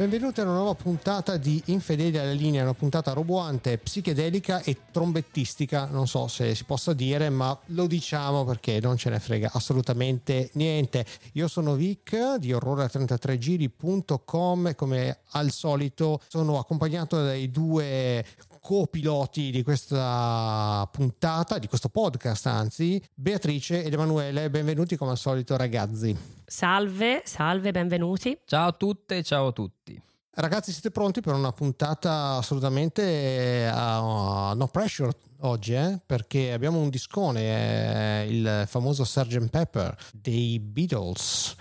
Benvenuti a una nuova puntata di Infedeli alla linea, una puntata roboante, psichedelica e trombettistica, non so se si possa dire, ma lo diciamo perché non ce ne frega assolutamente niente. Io sono Vic di orrore33giri.com e come al solito sono accompagnato dai due copiloti di questa puntata, di questo podcast anzi, Beatrice ed Emanuele. Benvenuti come al solito ragazzi. Salve, benvenuti. Ciao a tutte, ciao a tutti. Ragazzi, siete pronti per una puntata assolutamente no pressure oggi, perché abbiamo un discone, il famoso Sgt. Pepper dei Beatles,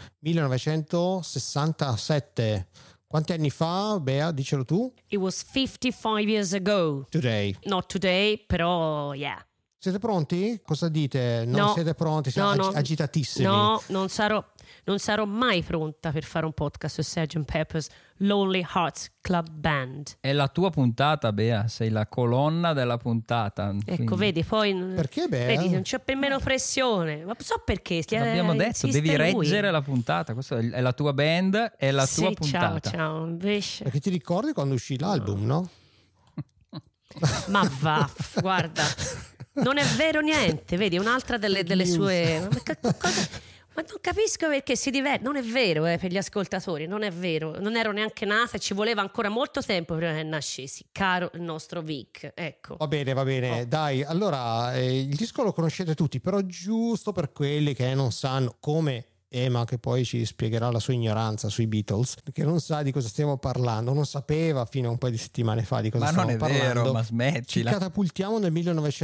1967. Quanti anni fa, Bea? Dicelo tu. It was 55 years ago. Today. Not today, però yeah. Siete pronti? Cosa dite? Non No. siete pronti? Siete agitatissimi? No, non sarò mai pronta per fare un podcast su Sgt. Pepper's Lonely Hearts Club Band. È la tua puntata, Bea, sei la colonna della puntata. Ecco, quindi... vedi, poi... Perché, Bea? Vedi, non c'è per meno pressione. Ma so perché. L'abbiamo detto, devi reggere la puntata. Questa è la tua band, è la tua puntata. Ciao, invece. Perché ti ricordi quando uscì l'album, no? Ma va, guarda, non è vero niente, vedi, un'altra delle sue... Ma non capisco perché si diverte, non è vero per gli ascoltatori, non è vero, non ero neanche nata e ci voleva ancora molto tempo prima che nascessi, caro il nostro Vic, ecco. Va bene, dai, allora il disco lo conoscete tutti, però giusto per quelli che non sanno come Emma, che poi ci spiegherà la sua ignoranza sui Beatles, perché non sa di cosa stiamo parlando, non sapeva fino a un paio di settimane fa di cosa stiamo parlando. Ma non è vero, ma smettila. Ci catapultiamo nel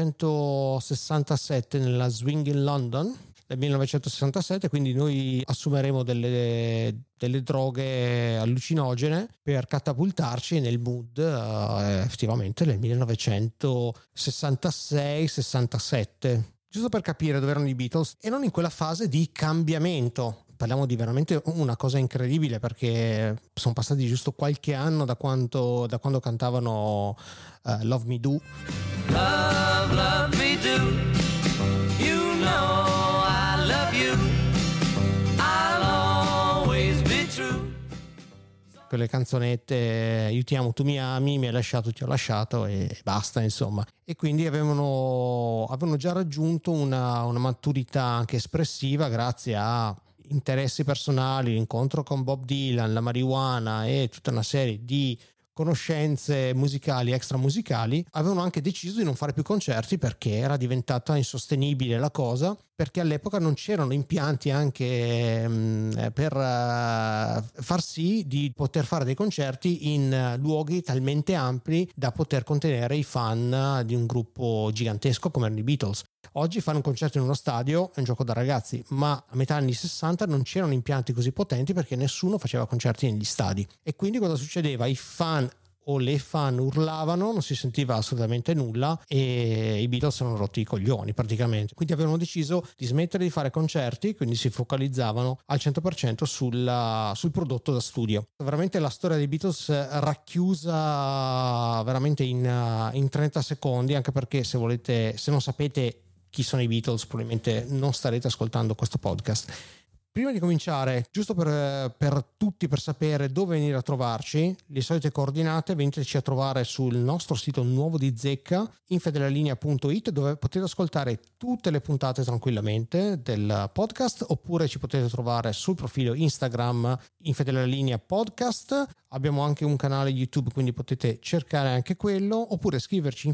1967 nella Swing in London del 1967, quindi noi assumeremo delle droghe allucinogene per catapultarci nel mood effettivamente nel 1966-67, giusto per capire dove erano i Beatles e non in quella fase di cambiamento. Parliamo di veramente una cosa incredibile, perché sono passati giusto qualche anno da quando cantavano Love Me Do. Love, love me do, you know I love you, I'll always be true. Quelle canzonette, io ti amo, tu mi ami, mi hai lasciato, ti ho lasciato e basta, insomma. E quindi avevano già raggiunto una maturità anche espressiva grazie a interessi personali, l'incontro con Bob Dylan, la marijuana e tutta una serie di conoscenze musicali, extramusicali. Avevano anche deciso di non fare più concerti perché era diventata insostenibile la cosa, perché all'epoca non c'erano impianti anche per far sì di poter fare dei concerti in luoghi talmente ampli da poter contenere i fan di un gruppo gigantesco come erano i Beatles. Oggi fare un concerto in uno stadio è un gioco da ragazzi, ma a metà anni 60 non c'erano impianti così potenti perché nessuno faceva concerti negli stadi. E quindi cosa succedeva? I fan o le fan urlavano, non si sentiva assolutamente nulla e i Beatles erano rotti i coglioni praticamente. Quindi avevano deciso di smettere di fare concerti, quindi si focalizzavano al 100% sul prodotto da studio. Veramente la storia dei Beatles racchiusa veramente in 30 secondi, anche perché se non sapete chi sono i Beatles probabilmente non starete ascoltando questo podcast. Prima di cominciare, giusto per tutti, per sapere dove venire a trovarci, le solite coordinate, veniteci a trovare sul nostro sito nuovo di zecca, infedelalinea.it, dove potete ascoltare tutte le puntate tranquillamente del podcast, oppure ci potete trovare sul profilo Instagram Infedelalinea Podcast. Abbiamo anche un canale YouTube, quindi potete cercare anche quello, oppure scriverci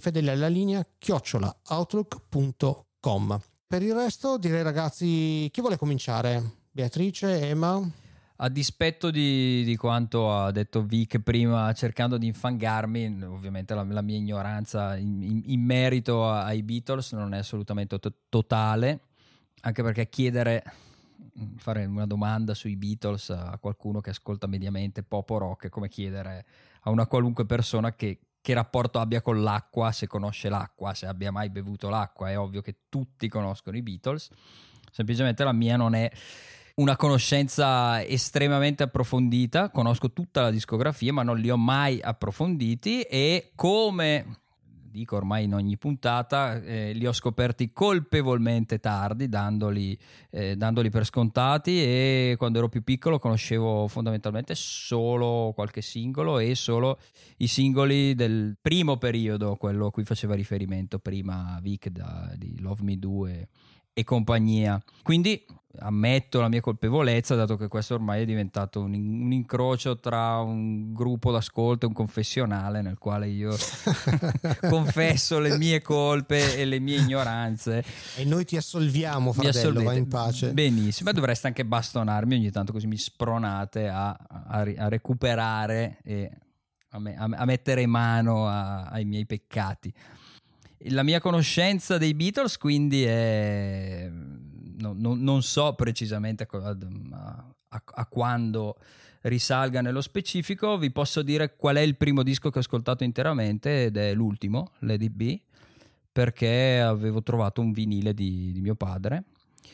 infedelalinea@outlook.com. Per il resto direi, ragazzi, chi vuole cominciare? Beatrice, Emma? A dispetto di quanto ha detto Vic prima, cercando di infangarmi, ovviamente la mia ignoranza in merito ai Beatles non è assolutamente totale, anche perché fare una domanda sui Beatles a qualcuno che ascolta mediamente pop o rock è come chiedere a una qualunque persona che rapporto abbia con l'acqua, se conosce l'acqua, se abbia mai bevuto l'acqua. È ovvio che tutti conoscono i Beatles, semplicemente la mia non è una conoscenza estremamente approfondita. Conosco tutta la discografia ma non li ho mai approfonditi, e come dico ormai in ogni puntata, li ho scoperti colpevolmente tardi, dandoli per scontati, e quando ero più piccolo conoscevo fondamentalmente solo qualche singolo e solo i singoli del primo periodo, quello a cui faceva riferimento prima Vic di Love Me Do e compagnia. Quindi ammetto la mia colpevolezza, dato che questo ormai è diventato un incrocio tra un gruppo d'ascolto e un confessionale nel quale io confesso le mie colpe e le mie ignoranze, e noi ti assolviamo, fratello, vai in pace. Benissimo, ma dovreste anche bastonarmi ogni tanto, così mi spronate a recuperare e a mettere mano ai miei peccati. La mia conoscenza dei Beatles quindi è non so precisamente a quando risalga nello specifico. Vi posso dire qual è il primo disco che ho ascoltato interamente, ed è l'ultimo, Let It Be, perché avevo trovato un vinile di mio padre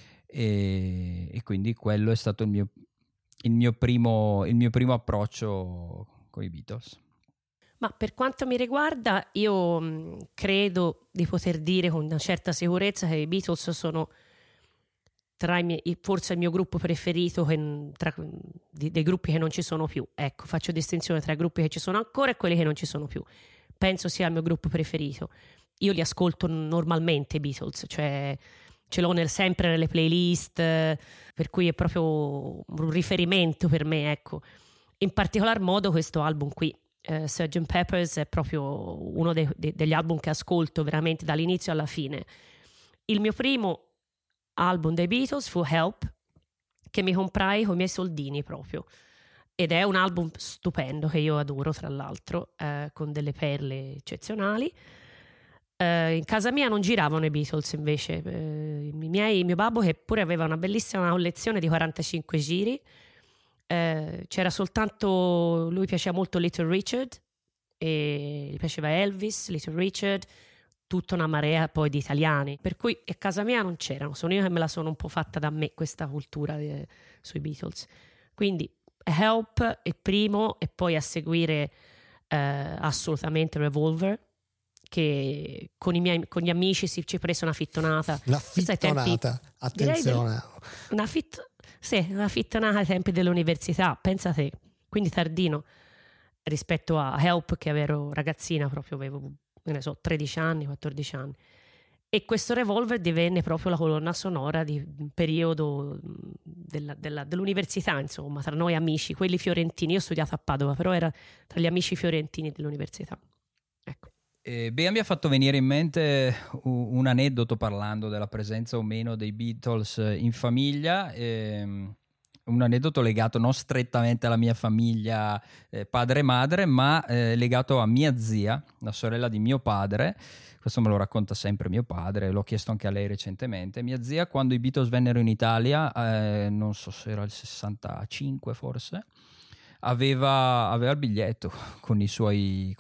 e quindi quello è stato il mio primo approccio con i Beatles. Ma per quanto mi riguarda, io credo di poter dire con una certa sicurezza che i Beatles sono tra forse il mio gruppo preferito dei gruppi che non ci sono più. Ecco, faccio distinzione tra i gruppi che ci sono ancora e quelli che non ci sono più. Penso sia il mio gruppo preferito. Io li ascolto normalmente, i Beatles, cioè ce l'ho sempre nelle playlist, per cui è proprio un riferimento per me, ecco. In particolar modo questo album qui, Sgt. Pepper's, è proprio uno degli album che ascolto veramente dall'inizio alla fine. Il mio primo album dei Beatles fu Help, che mi comprai con i miei soldini proprio, ed è un album stupendo che io adoro, tra l'altro, con delle perle eccezionali. In casa mia non giravano i Beatles, invece mio babbo, che pure aveva una bellissima collezione di 45 giri, c'era soltanto, lui piaceva molto Little Richard e gli piaceva Elvis, Little Richard, tutta una marea poi di italiani, per cui a casa mia non c'erano, sono io che me la sono un po' fatta da me questa cultura sui Beatles. Quindi Help il primo, e poi a seguire assolutamente Revolver, che con gli amici ci prese una fittonata. La fittonata, attenzione. Una fittonata ai tempi dell'università, pensa te, quindi tardino rispetto a Help, che ero ragazzina, proprio avevo, ne so, 13 anni, 14 anni. E questo Revolver divenne proprio la colonna sonora di un periodo dell'università, insomma, tra noi amici, quelli fiorentini. Io ho studiato a Padova, però era tra gli amici fiorentini dell'università. Ecco. Bea mi ha fatto venire in mente un aneddoto parlando della presenza o meno dei Beatles in famiglia, un aneddoto legato non strettamente alla mia famiglia padre e madre, ma legato a mia zia, la sorella di mio padre. Questo me lo racconta sempre mio padre, l'ho chiesto anche a lei recentemente. Mia zia, quando i Beatles vennero in Italia, non so se era il 65 forse, aveva il biglietto con i suoi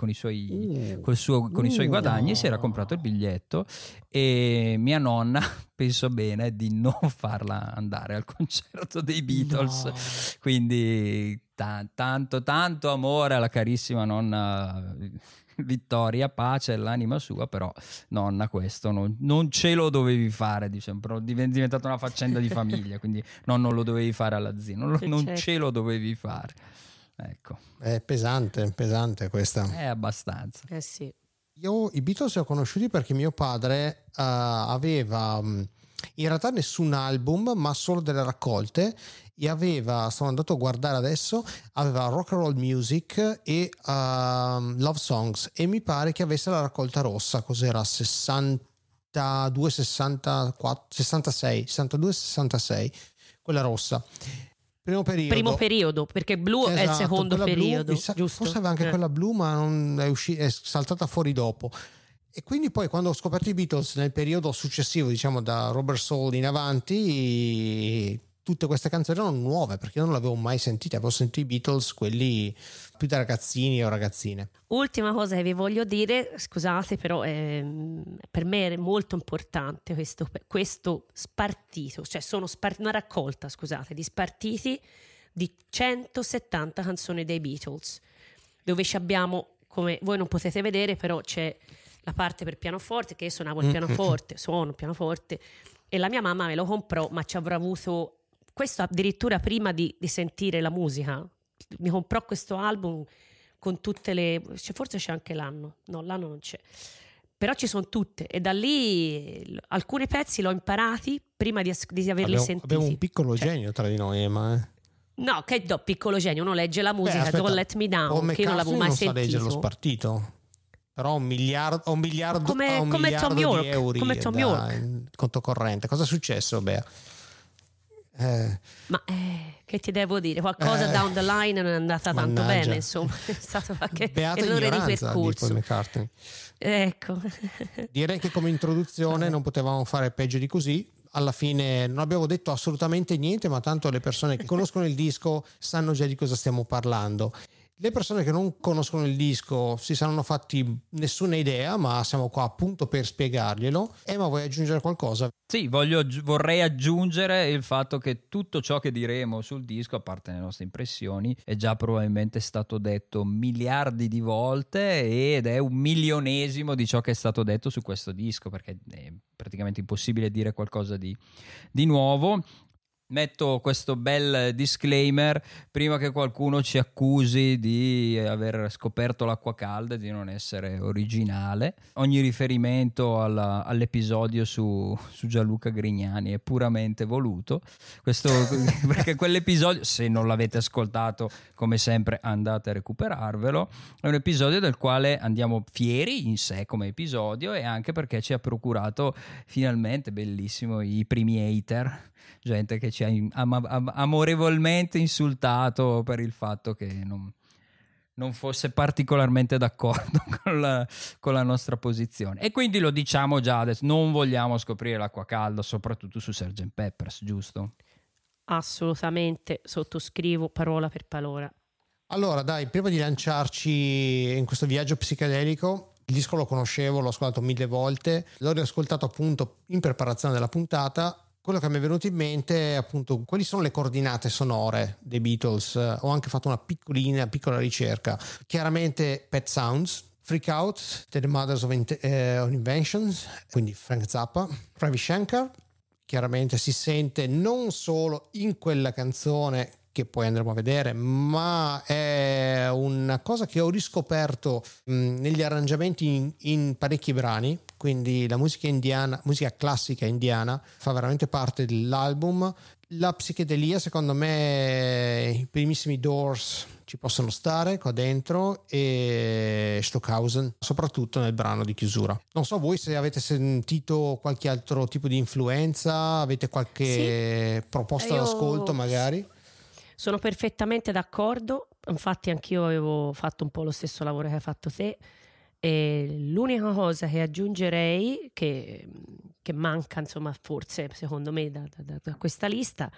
guadagni, si era comprato il biglietto, e mia nonna pensò bene di non farla andare al concerto dei Beatles. No. Quindi tanto amore alla carissima nonna Vittoria, pace all'anima sua, però nonna, questo non ce lo dovevi fare, diciamo, è diventata una faccenda di famiglia, quindi non lo dovevi fare alla zia, non ce lo dovevi fare. Ecco. È pesante questa. È abbastanza. Sì. Io i Beatles li ho conosciuti perché mio padre aveva in realtà nessun album, ma solo delle raccolte, e sono andato a guardare adesso, aveva Rock and Roll Music e Love Songs, e mi pare che avesse la raccolta rossa, cos'era, 62, 64, 66, 62, 66, quella rossa. Primo periodo, perché blu è il secondo periodo, giusto? Forse aveva anche quella blu, ma non è saltata fuori dopo. E quindi poi, quando ho scoperto i Beatles nel periodo successivo, diciamo da Rubber Soul in avanti, tutte queste canzoni erano nuove, perché io non l'avevo mai sentite. Avevo sentito i Beatles quelli più da ragazzini o ragazzine. Ultima cosa che vi voglio dire, scusate, però per me è molto importante questo spartito, cioè una raccolta, scusate, di spartiti di 170 canzoni dei Beatles, dove ci abbiamo, come voi non potete vedere, però c'è la parte per pianoforte, che io suonavo il pianoforte, suono il pianoforte, e la mia mamma me lo comprò, ma ci avrò avuto questo addirittura prima di sentire la musica. Mi comprò questo album con tutte le, forse c'è anche l'anno non c'è, però ci sono tutte, e da lì alcuni pezzi l'ho imparati prima di averli sentiti. Abbiamo un piccolo genio tra di noi, Emma. No, che piccolo genio, uno legge la musica, aspetta, Don't Let Me Down, che io non l'avevo mai sentito. Non sa leggere lo spartito, però un miliardo come Tom di York, euro come Tom York. In conto corrente. Cosa è successo, Bea? Ma che ti devo dire? Qualcosa down the line non è andata tanto bene, insomma, è stato qualche errore di percorso. Di Paul McCartney. Ecco. Direi che come introduzione non potevamo fare peggio di così. Alla fine non abbiamo detto assolutamente niente, ma tanto le persone che conoscono il disco sanno già di cosa stiamo parlando. Le persone che non conoscono il disco si saranno fatti nessuna idea, ma siamo qua appunto per spiegarglielo. Emma, vuoi aggiungere qualcosa? Sì, vorrei aggiungere il fatto che tutto ciò che diremo sul disco, a parte le nostre impressioni, è già probabilmente stato detto miliardi di volte ed è un milionesimo di ciò che è stato detto su questo disco, perché è praticamente impossibile dire qualcosa di nuovo. Metto questo bel disclaimer prima che qualcuno ci accusi di aver scoperto l'acqua calda e di non essere originale. Ogni riferimento all'episodio su Gianluca Grignani è puramente voluto. Questo perché quell'episodio, se non l'avete ascoltato, come sempre andate a recuperarvelo. È un episodio del quale andiamo fieri in sé come episodio, e anche perché ci ha procurato finalmente, bellissimo, i primi hater, gente che ci ha amorevolmente insultato per il fatto che non fosse particolarmente d'accordo con la nostra posizione, e quindi lo diciamo già adesso: non vogliamo scoprire l'acqua calda, soprattutto su Sgt. Pepper's, giusto? Assolutamente, sottoscrivo parola per parola. Allora dai, prima di lanciarci in questo viaggio psichedelico, il disco lo conoscevo, l'ho ascoltato 1000 volte, l'ho riascoltato appunto in preparazione della puntata. Quello che mi è venuto in mente è appunto quali sono le coordinate sonore dei Beatles. Ho anche fatto una piccola ricerca. Chiaramente Pet Sounds, Freak Out, The Mothers of Inventions, quindi Frank Zappa, Ravi Shankar. Chiaramente si sente non solo in quella canzone che poi andremo a vedere, ma è una cosa che ho riscoperto negli arrangiamenti in parecchi brani. Quindi la musica indiana, musica classica indiana, fa veramente parte dell'album. La psichedelia, secondo me, i primissimi Doors ci possono stare qua dentro, e Stockhausen, soprattutto nel brano di chiusura. Non so voi se avete sentito qualche altro tipo di influenza, avete qualche proposta d'ascolto magari? Sono perfettamente d'accordo, infatti anch'io avevo fatto un po' lo stesso lavoro che hai fatto te, e l'unica cosa che aggiungerei che manca, insomma, forse secondo me da questa lista,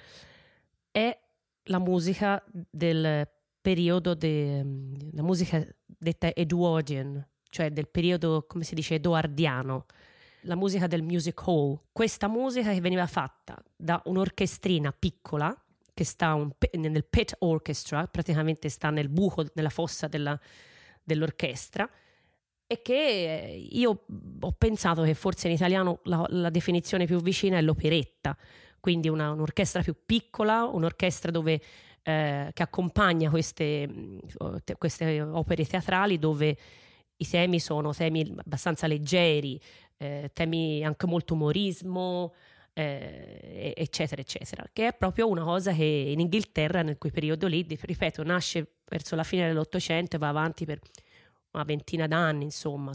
è la musica del periodo la musica detta Edwardian, cioè del periodo, come si dice, edoardiano, la musica del music hall. Questa musica che veniva fatta da un'orchestrina piccola che sta nel pit orchestra, praticamente sta nel buco, nella fossa dell'orchestra, e che io ho pensato che forse in italiano la definizione più vicina è l'operetta, quindi un'orchestra più piccola, un'orchestra dove che accompagna queste opere teatrali, dove i temi sono temi abbastanza leggeri, temi anche molto umorismo, eccetera eccetera, che è proprio una cosa che in Inghilterra nel quel periodo lì, ripeto, nasce verso la fine dell'Ottocento e va avanti per una ventina d'anni, insomma,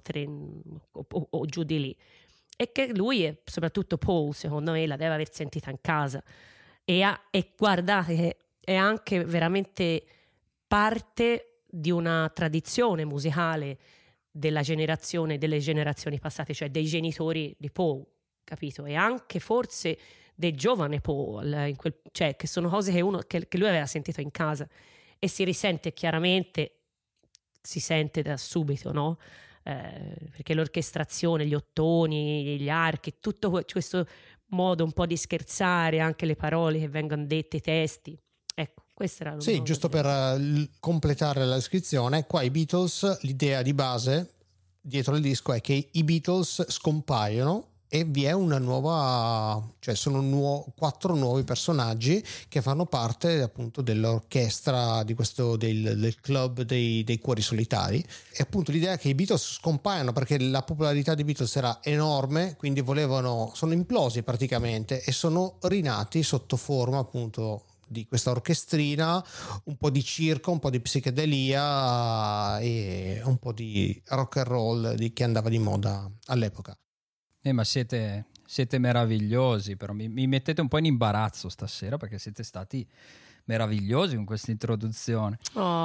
o giù di lì, e che lui e soprattutto Paul, secondo me, la deve aver sentita in casa, e guardate che è anche veramente parte di una tradizione musicale delle generazioni passate, cioè dei genitori di Paul, capito? E anche forse del giovane Paul, cioè che sono cose che lui aveva sentito in casa, e si risente chiaramente, si sente da subito, no? Perché l'orchestrazione, gli ottoni, gli archi, tutto questo modo un po' di scherzare, anche le parole che vengono dette, i testi. Ecco, questo era sì, giusto per completare la descrizione. Qua i Beatles, l'idea di base dietro il disco è che i Beatles scompaiono e vi è una nuova, cioè sono 4 nuovi personaggi che fanno parte appunto dell'orchestra di questo del club dei cuori solitari. E appunto l'idea è che i Beatles scompaiono perché la popolarità dei Beatles era enorme, quindi sono implosi praticamente e sono rinati sotto forma appunto di questa orchestrina, un po' di circo, un po' di psichedelia e un po' di rock and roll che andava di moda all'epoca. Ma siete meravigliosi, però mi mettete un po' in imbarazzo stasera perché siete stati meravigliosi con questa introduzione.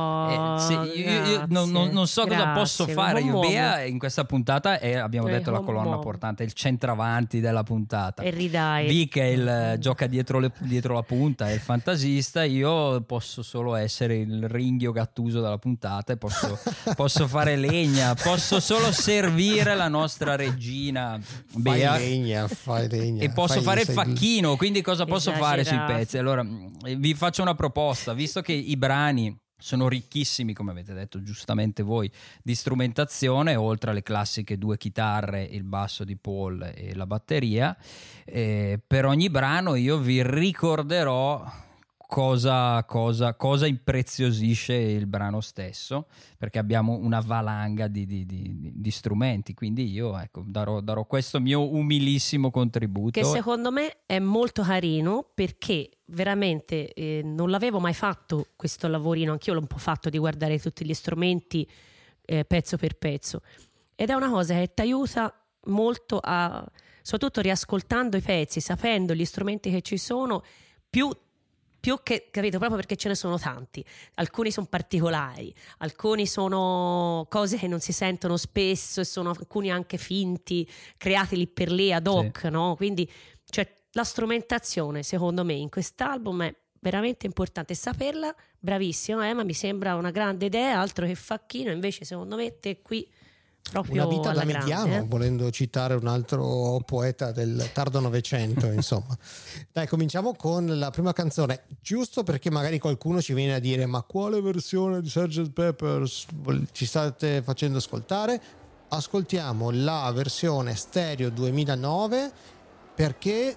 Io non so cosa posso fare. Io Bea in questa puntata è, abbiamo detto, la colonna portante, il centravanti della puntata. E ridai. Vic è il gioca dietro la punta, è il fantasista. Io posso solo essere il ringhio gattuso della puntata e posso fare legna, posso solo servire la nostra regina Bea. Fai legna. E posso fare il facchino, quindi cosa posso fare sui pezzi? Allora vi faccio una proposta, visto che i brani sono ricchissimi, come avete detto giustamente voi, di strumentazione, oltre alle classiche 2 chitarre, il basso di Paul e la batteria, per ogni brano io vi ricorderò cosa impreziosisce il brano stesso, perché abbiamo una valanga di strumenti, quindi io darò questo mio umilissimo contributo. Che secondo me è molto carino, perché veramente non l'avevo mai fatto questo lavorino, anch'io l'ho un po' fatto, di guardare tutti gli strumenti pezzo per pezzo, ed è una cosa che ti aiuta molto a, soprattutto riascoltando i pezzi, sapendo gli strumenti che ci sono, più che, capito, proprio perché ce ne sono tanti. Alcuni sono particolari, alcuni sono cose che non si sentono spesso e sono alcuni anche finti, creati lì per lì ad hoc, sì. No? Quindi cioè, la strumentazione secondo me in quest'album è veramente importante saperla. Bravissimo, ma mi sembra una grande idea, altro che facchino. Invece secondo me te qui proprio una vita da mediano, volendo citare un altro poeta del tardo Novecento. Insomma, dai, cominciamo con la prima canzone, giusto perché magari qualcuno ci viene a dire: ma quale versione di Sgt. Pepper's ci state facendo ascoltare? Ascoltiamo la versione stereo 2009 perché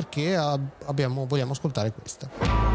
vogliamo ascoltare questa.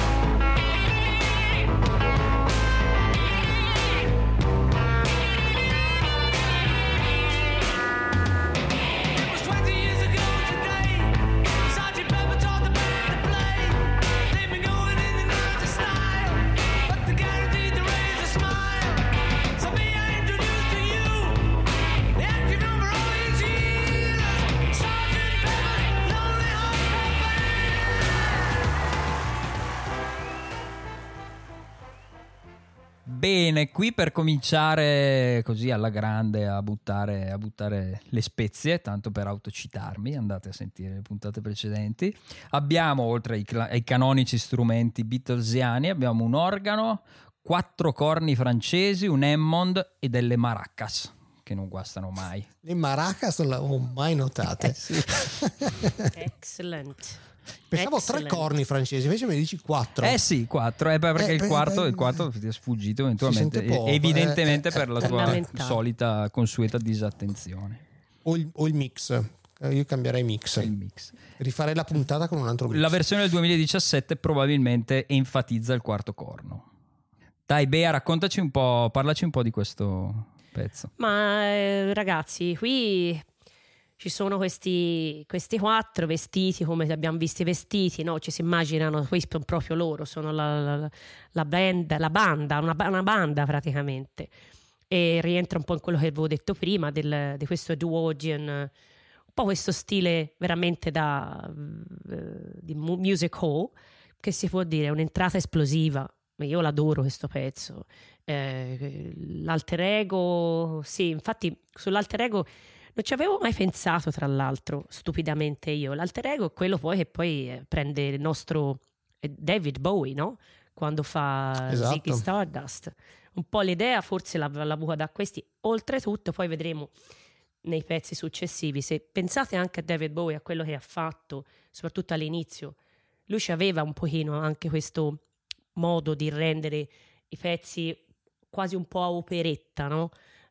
Bene, qui per cominciare così alla grande a buttare le spezie, tanto per autocitarmi, andate a sentire le puntate precedenti. Abbiamo, oltre ai canonici strumenti beatlesiani, abbiamo un organo, 4 corni francesi, un Hammond e delle maracas, che non guastano mai. Le maracas non le avevo mai notate. Sì. Excellent. Pensavo Excellent. 3 corni francesi, invece mi dici 4. Sì, 4, perché il quarto ti è sfuggito eventualmente, poco, evidentemente per la tua fondamentale. solita consueta disattenzione. O il mix. Io cambierei mix. Il mix. Rifarei la puntata con un altro mix. La versione del 2017 probabilmente enfatizza il quarto corno. Dai Bea, raccontaci un po', parlaci un po' di questo pezzo. Ma ragazzi, qui ci sono questi 4 vestiti come li abbiamo visti vestiti, no? Ci si immaginano, questi sono proprio loro, sono la banda, una banda praticamente, e rientra un po' in quello che avevo detto prima di questo duogen, un po' questo stile veramente di music hall, che si può dire è un'entrata esplosiva. Io l'adoro questo pezzo. L'alter ego, sì, infatti sull'alter ego non ci avevo mai pensato, tra l'altro, stupidamente io. L'alter ego è quello poi che poi prende il nostro David Bowie, no? Quando fa Esatto. Ziggy Stardust. Un po' l'idea forse l'ha avuta da questi. Oltretutto poi vedremo nei pezzi successivi, se pensate anche a David Bowie, a quello che ha fatto, soprattutto all'inizio, lui ci aveva un pochino anche questo modo di rendere i pezzi quasi un po' a operetta, no?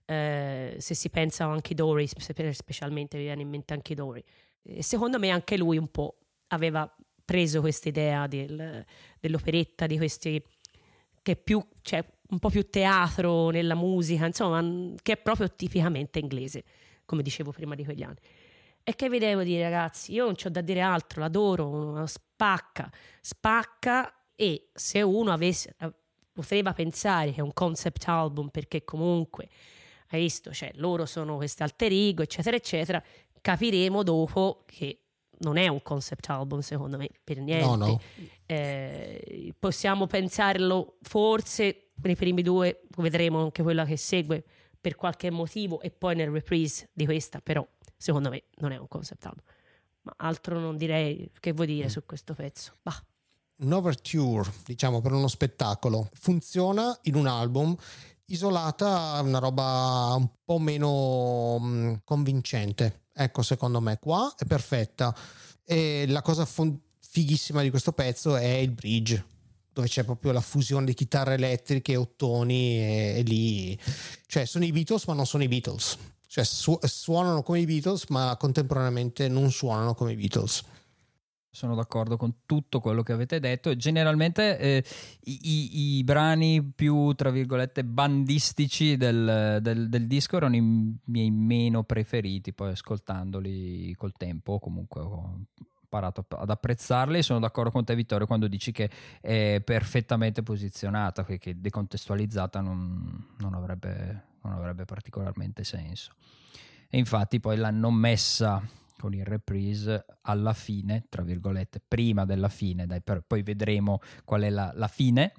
se si pensa a Hunky Dory, specialmente mi viene in mente Hunky Dory. E secondo me anche lui un po' aveva preso questa idea dell'operetta, di questi, che più, cioè un po' più teatro nella musica, insomma, che è proprio tipicamente inglese, come dicevo prima di quegli anni. E che vi devo dire, ragazzi, io non c'ho da dire altro, l'adoro, spacca, e se uno poteva pensare che è un concept album, perché comunque, hai visto, cioè loro sono queste alter ego, eccetera, eccetera, capiremo dopo che non è un concept album, secondo me, per niente. No. Possiamo pensarlo forse nei primi due, vedremo anche quella che segue per qualche motivo, e poi nel reprise di questa, però secondo me non è un concept album. Ma altro non direi. Che vuoi dire su questo pezzo? Bah. Un'overture, diciamo, per uno spettacolo. Funziona in un album, isolata una roba un po' meno convincente. Ecco, secondo me qua è perfetta. E la cosa fighissima di questo pezzo è il bridge, dove c'è proprio la fusione di chitarre elettriche, ottoni, e lì, cioè, sono i Beatles ma non sono i Beatles, cioè suonano come i Beatles ma contemporaneamente non suonano come i Beatles. Sono d'accordo con tutto quello che avete detto. Generalmente i brani più, tra virgolette, bandistici del disco erano i miei meno preferiti, poi ascoltandoli col tempo comunque ho imparato ad apprezzarli. Sono d'accordo con te, Vittorio, quando dici che è perfettamente posizionata, che decontestualizzata non avrebbe particolarmente senso. E infatti poi l'hanno messa con il reprise alla fine, tra virgolette, prima della fine, poi vedremo qual è la fine,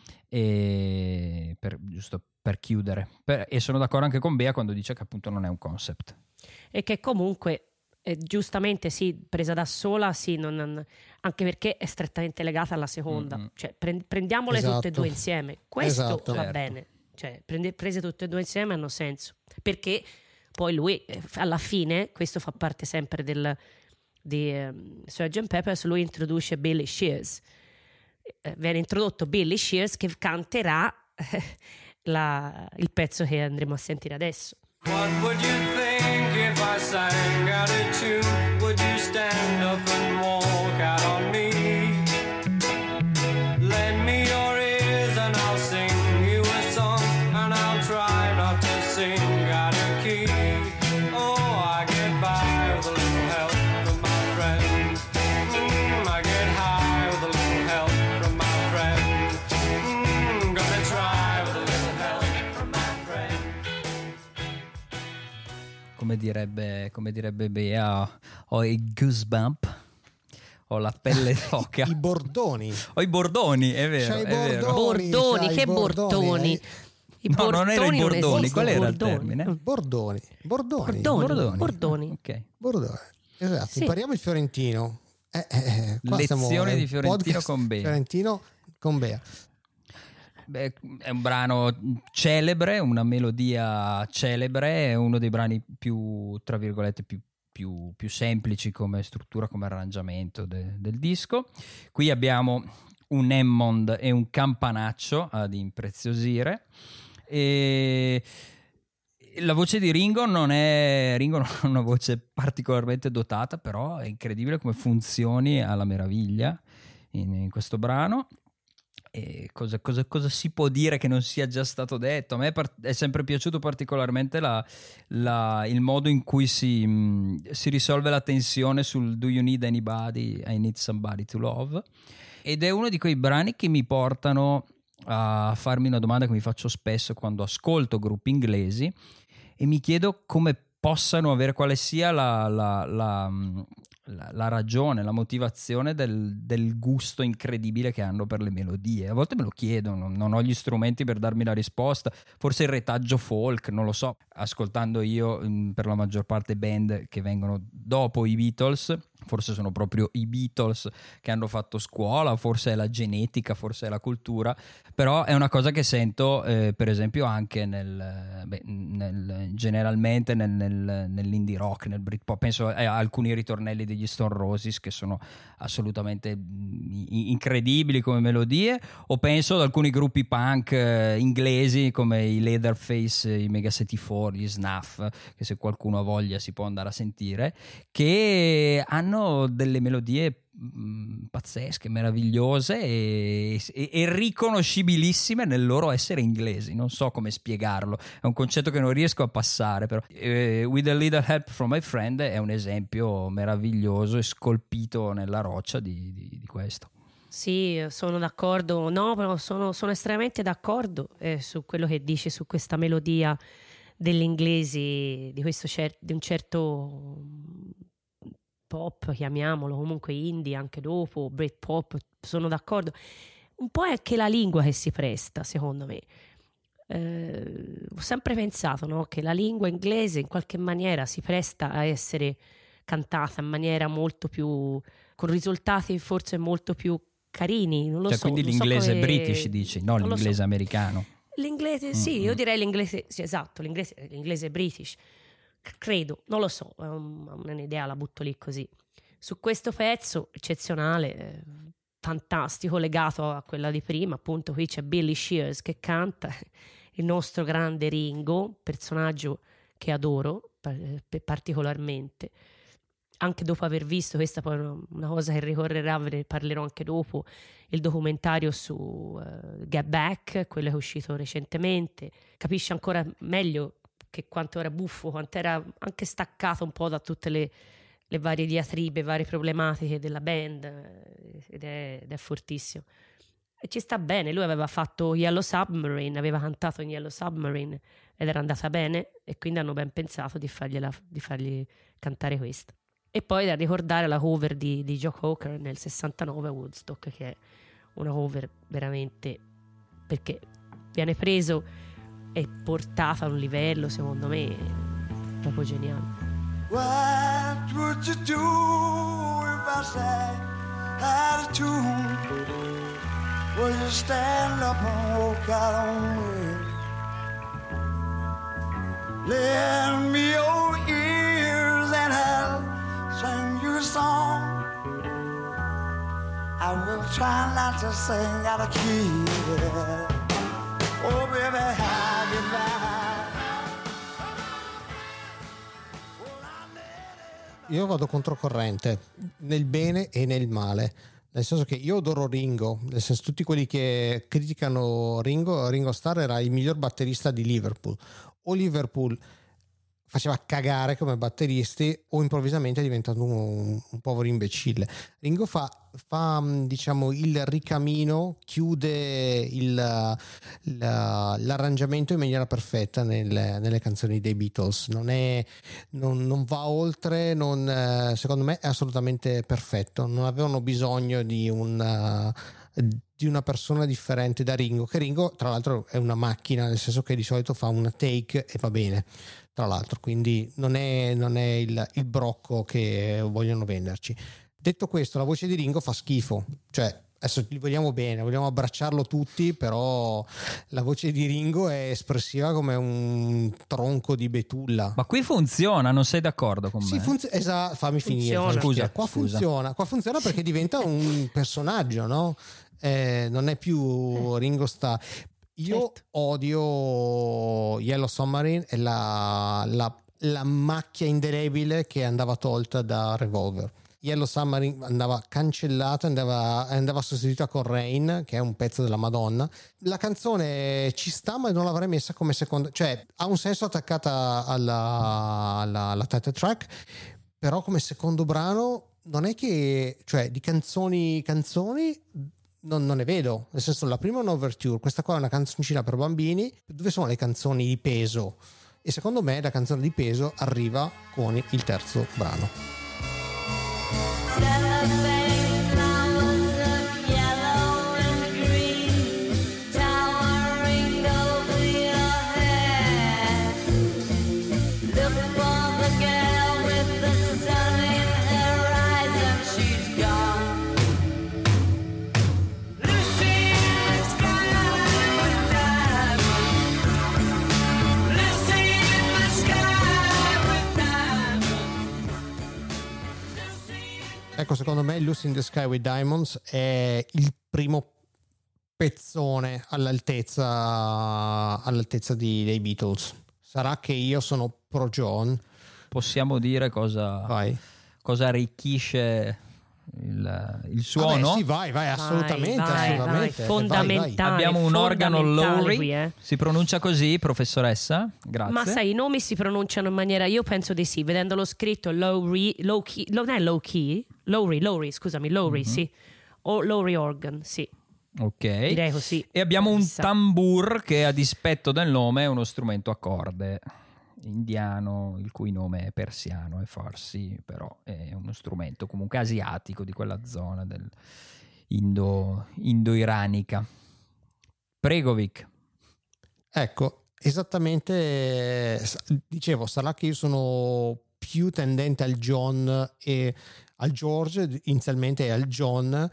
giusto per chiudere. E sono d'accordo anche con Bea quando dice che appunto non è un concept. E che comunque, giustamente sì, presa da sola, sì, anche perché è strettamente legata alla seconda. Mm-hmm. Cioè, prendiamole tutte e due insieme. Questo va bene. Cioè, prese tutte e due insieme hanno senso. Perché poi lui, alla fine, questo fa parte sempre di Sgt. Pepper's, lui introduce Billy Shears. Viene introdotto Billy Shears che canterà il pezzo che andremo a sentire adesso. What would you think if I sang out a tune? Would you stand up and walk out on me? Lend me your ears and I'll sing you a song, and I'll try not to sing out of key. Oh, I get by with a little help from my friends. I get high with a little help from my friends. Gonna try with a little help from my friends. Come direbbe Bea, ho i goosebump, ho la pelle d'oca. I bordoni. Ho i bordoni, è vero. C'hai è Bordoni, che bordoni? No, non era i bordoni, qual era il termine? Bordoni. Bordoni. Ok. Bordoni. Esatto, Sì. Impariamo il fiorentino. Qua Lezione di fiorentino podcast con Bea. Fiorentino con Bea. Beh, è un brano celebre, una melodia celebre, è uno dei brani più, tra virgolette, più semplici come struttura, come arrangiamento del disco. Qui abbiamo un Hammond e un campanaccio ad impreziosire, e la voce di Ringo non è una voce particolarmente dotata, però è incredibile come funzioni alla meraviglia in questo brano. E cosa si può dire che non sia già stato detto? A me è sempre piaciuto particolarmente il modo in cui si risolve la tensione sul Do you need anybody? I need somebody to love. Ed è uno di quei brani che mi portano a farmi una domanda che mi faccio spesso quando ascolto gruppi inglesi, e mi chiedo come possano avere, quale sia la ragione, la motivazione del gusto incredibile che hanno per le melodie. A volte me lo chiedo, non ho gli strumenti per darmi la risposta. Forse il retaggio folk, non lo so. Ascoltando io per la maggior parte band che vengono dopo i Beatles, Forse sono proprio i Beatles che hanno fatto scuola, forse è la genetica, forse è la cultura, però è una cosa che sento per esempio anche generalmente nell'indie rock, nel Britpop. Penso a alcuni ritornelli degli Stone Roses che sono assolutamente incredibili come melodie, o penso ad alcuni gruppi punk inglesi come i Leatherface, i Mega 74, gli Snuff, che se qualcuno ha voglia si può andare a sentire, che hanno delle melodie pazzesche, meravigliose e riconoscibilissime nel loro essere inglesi. Non so come spiegarlo, è un concetto che non riesco a passare, però With a Little Help from My Friend è un esempio meraviglioso e scolpito nella roccia di questo. Sì, sono d'accordo, no, però sono estremamente d'accordo su quello che dici, su questa melodia degli inglesi, di questo di un certo pop, chiamiamolo, comunque indie anche dopo, Britpop, sono d'accordo. Un po' è che la lingua che si presta, secondo me. Ho sempre pensato, no, che la lingua inglese in qualche maniera si presta a essere cantata in maniera molto più, con risultati forse molto più carini, non lo so. Quindi non l'inglese so come... british dici, no, non l'inglese americano. L'inglese, sì, io direi l'inglese, sì, esatto, l'inglese british, credo, non lo so, è un'idea, la butto lì così. Su questo pezzo eccezionale, fantastico, legato a quella di prima, appunto qui c'è Billy Shears che canta, il nostro grande Ringo, personaggio che adoro particolarmente, anche dopo aver visto, questa poi è una cosa che ricorrerà, ve ne parlerò anche dopo, il documentario su Get Back, quello che è uscito recentemente, capisce ancora meglio che quanto era buffo, quanto era anche staccato un po' da tutte le varie diatribe, varie problematiche della band, ed è fortissimo. E ci sta bene, lui aveva fatto Yellow Submarine, aveva cantato in Yellow Submarine ed era andata bene, e quindi hanno ben pensato di fargli cantare questa. E poi da ricordare la cover di Joe Cocker nel 69 a Woodstock, che è una cover veramente, perché viene preso e portato a un livello secondo me proprio geniale. What would you do if I sang out of tune? Will you stand up and walk out on me? Lend me your ears and I'll sing you a song. I will try not to sing out of key. Oh baby, how you like? Io vado controcorrente nel bene e nel male, nel senso che io adoro Ringo, nel senso tutti quelli che criticano Ringo Starr era il miglior batterista di Liverpool, o Liverpool faceva cagare come batteristi o improvvisamente è diventato un povero imbecille. Ringo fa diciamo il ricamino, chiude l'arrangiamento in maniera perfetta nelle canzoni dei Beatles, non va oltre, secondo me è assolutamente perfetto, non avevano bisogno di una persona differente da Ringo, che Ringo tra l'altro è una macchina, nel senso che di solito fa una take e va bene, tra l'altro, quindi non è il brocco che vogliono venderci. Detto questo, la voce di Ringo fa schifo, cioè adesso gli vogliamo bene, vogliamo abbracciarlo tutti, però la voce di Ringo è espressiva come un tronco di betulla. Ma qui funziona, non sei d'accordo con me? Sì, esatto, fammi finire. Scusa. Qua funziona perché diventa un personaggio, no? Non è più Ringo Starr. Io odio Yellow Submarine e la macchia indelebile che andava tolta da Revolver. Yellow Submarine andava cancellata, andava sostituita con Rain, che è un pezzo della Madonna. La canzone ci sta, ma non l'avrei messa come seconda, cioè ha un senso attaccata alla title track, però come secondo brano non è che, cioè di canzoni non ne vedo, nel senso la prima è un'overture, questa qua è una canzoncina per bambini, dove sono le canzoni di peso? E secondo me la canzone di peso arriva con il terzo brano. Look for the girl with the sun in her eyes. ecco, secondo me Lucy in the Sky with Diamonds è il primo pezzone all'altezza dei Beatles. Sarà che io sono pro John. Possiamo dire cosa arricchisce il suono? Sì, vai, assolutamente, vai, assolutamente. fondamentale. Abbiamo un organo Lowry qui, si pronuncia così, professoressa? Grazie. Ma sai, i nomi si pronunciano in maniera, io penso di sì, vedendolo scritto Lowry, non è low key, Lowry, scusami, Lowry, sì, o Lowry organ, sì. Ok, direi così. E abbiamo un tambur che, a dispetto del nome, è uno strumento a corde indiano, il cui nome è persiano, e farsi però è uno strumento comunque asiatico di quella zona del indo-iranica. Prego, Vic. Ecco, esattamente, dicevo, sarà che io sono più tendente al John e al George inizialmente, e al John,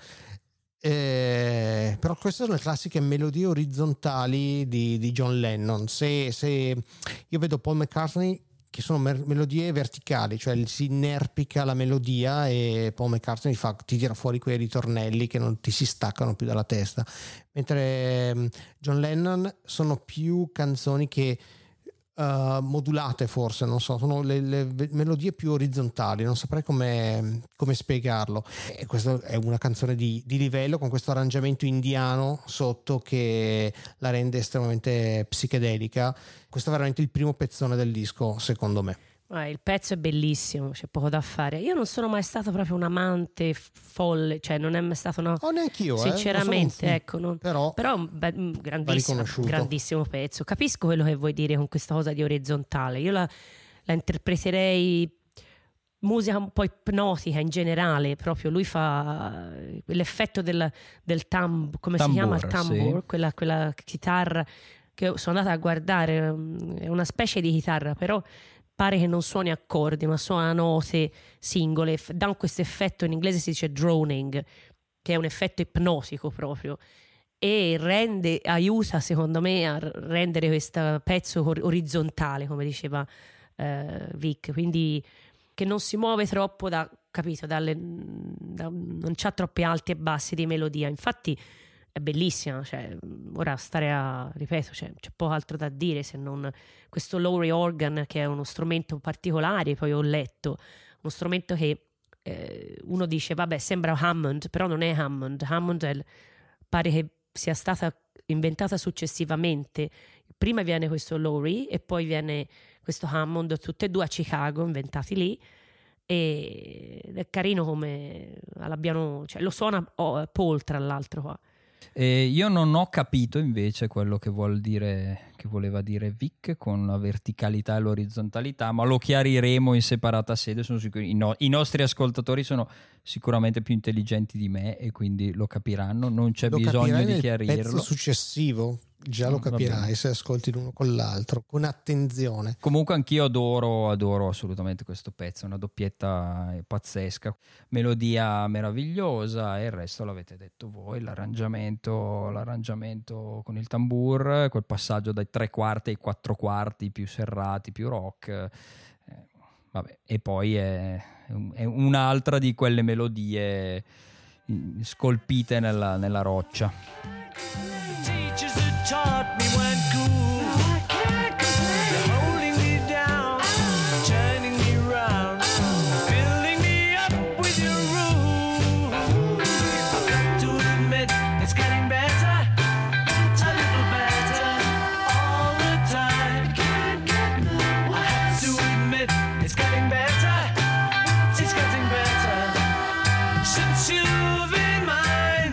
però queste sono le classiche melodie orizzontali di John Lennon. Se io vedo Paul McCartney, che sono melodie verticali, cioè si inerpica la melodia e Paul McCartney ti tira fuori quei ritornelli che non ti si staccano più dalla testa, mentre John Lennon sono più canzoni che modulate, forse, non so, sono le melodie più orizzontali, non saprei come spiegarlo. E questa è una canzone di livello, con questo arrangiamento indiano sotto che la rende estremamente psichedelica. Questo è veramente il primo pezzone del disco, secondo me. Il pezzo è bellissimo, c'è poco da fare. Io non sono mai stato proprio un amante folle, cioè non è mai stato neanch'io, sinceramente, ecco, però grandissimo pezzo. Capisco quello che vuoi dire con questa cosa di orizzontale. Io la interpreterei musica un po' ipnotica in generale, proprio lui fa l'effetto del come si chiama il tambur, sì. quella chitarra che sono andata a guardare, è una specie di chitarra, però pare che non suoni accordi, ma suona note singole, dà questo effetto, in inglese si dice droning, che è un effetto ipnotico proprio, e aiuta secondo me a rendere questo pezzo orizzontale, come diceva Vic, quindi che non si muove troppo non c'ha troppi alti e bassi di melodia. Infatti è bellissima, cioè, ora ripeto, c'è poco altro da dire se non questo Lowry organ, che è uno strumento particolare. Poi ho letto uno strumento che uno dice vabbè, sembra Hammond, però non è Hammond pare che sia stata inventata successivamente. Prima viene questo Lowry e poi viene questo Hammond, tutte e due a Chicago, inventati lì, ed è carino come cioè, lo suona Paul, tra l'altro, qua. Io non ho capito invece quello che voleva dire Vic con la verticalità e l'orizzontalità, ma lo chiariremo in separata sede. Sono sicuro i nostri ascoltatori sono sicuramente più intelligenti di me e quindi lo capiranno, non c'è bisogno di chiarirlo. Pezzo successivo già lo capirai se ascolti l'uno con l'altro con attenzione. Comunque anch'io adoro assolutamente questo pezzo, una doppietta pazzesca, melodia meravigliosa, e il resto l'avete detto voi, l'arrangiamento con il tambur, quel passaggio dai 3/4 ai 4/4 più serrati, più rock, vabbè, e poi è un'altra di quelle melodie scolpite nella roccia. Taught me when cool, you're holding me down, turning me round, filling me up with your rule. I've got to admit it's getting better, a little better all the time. I have to admit it's getting better, since you've been mine.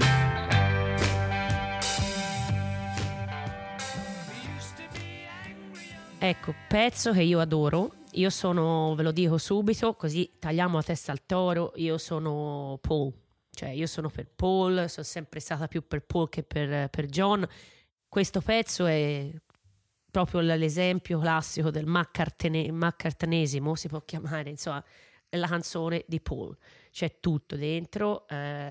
Ecco, pezzo che io adoro. Io ve lo dico subito, così tagliamo la testa al toro. Io sono Paul, cioè io sono per Paul, sono sempre stata più per Paul che per John. Questo pezzo è proprio l'esempio classico del McCartnesimo, si può chiamare, insomma, è la canzone di Paul. C'è tutto dentro.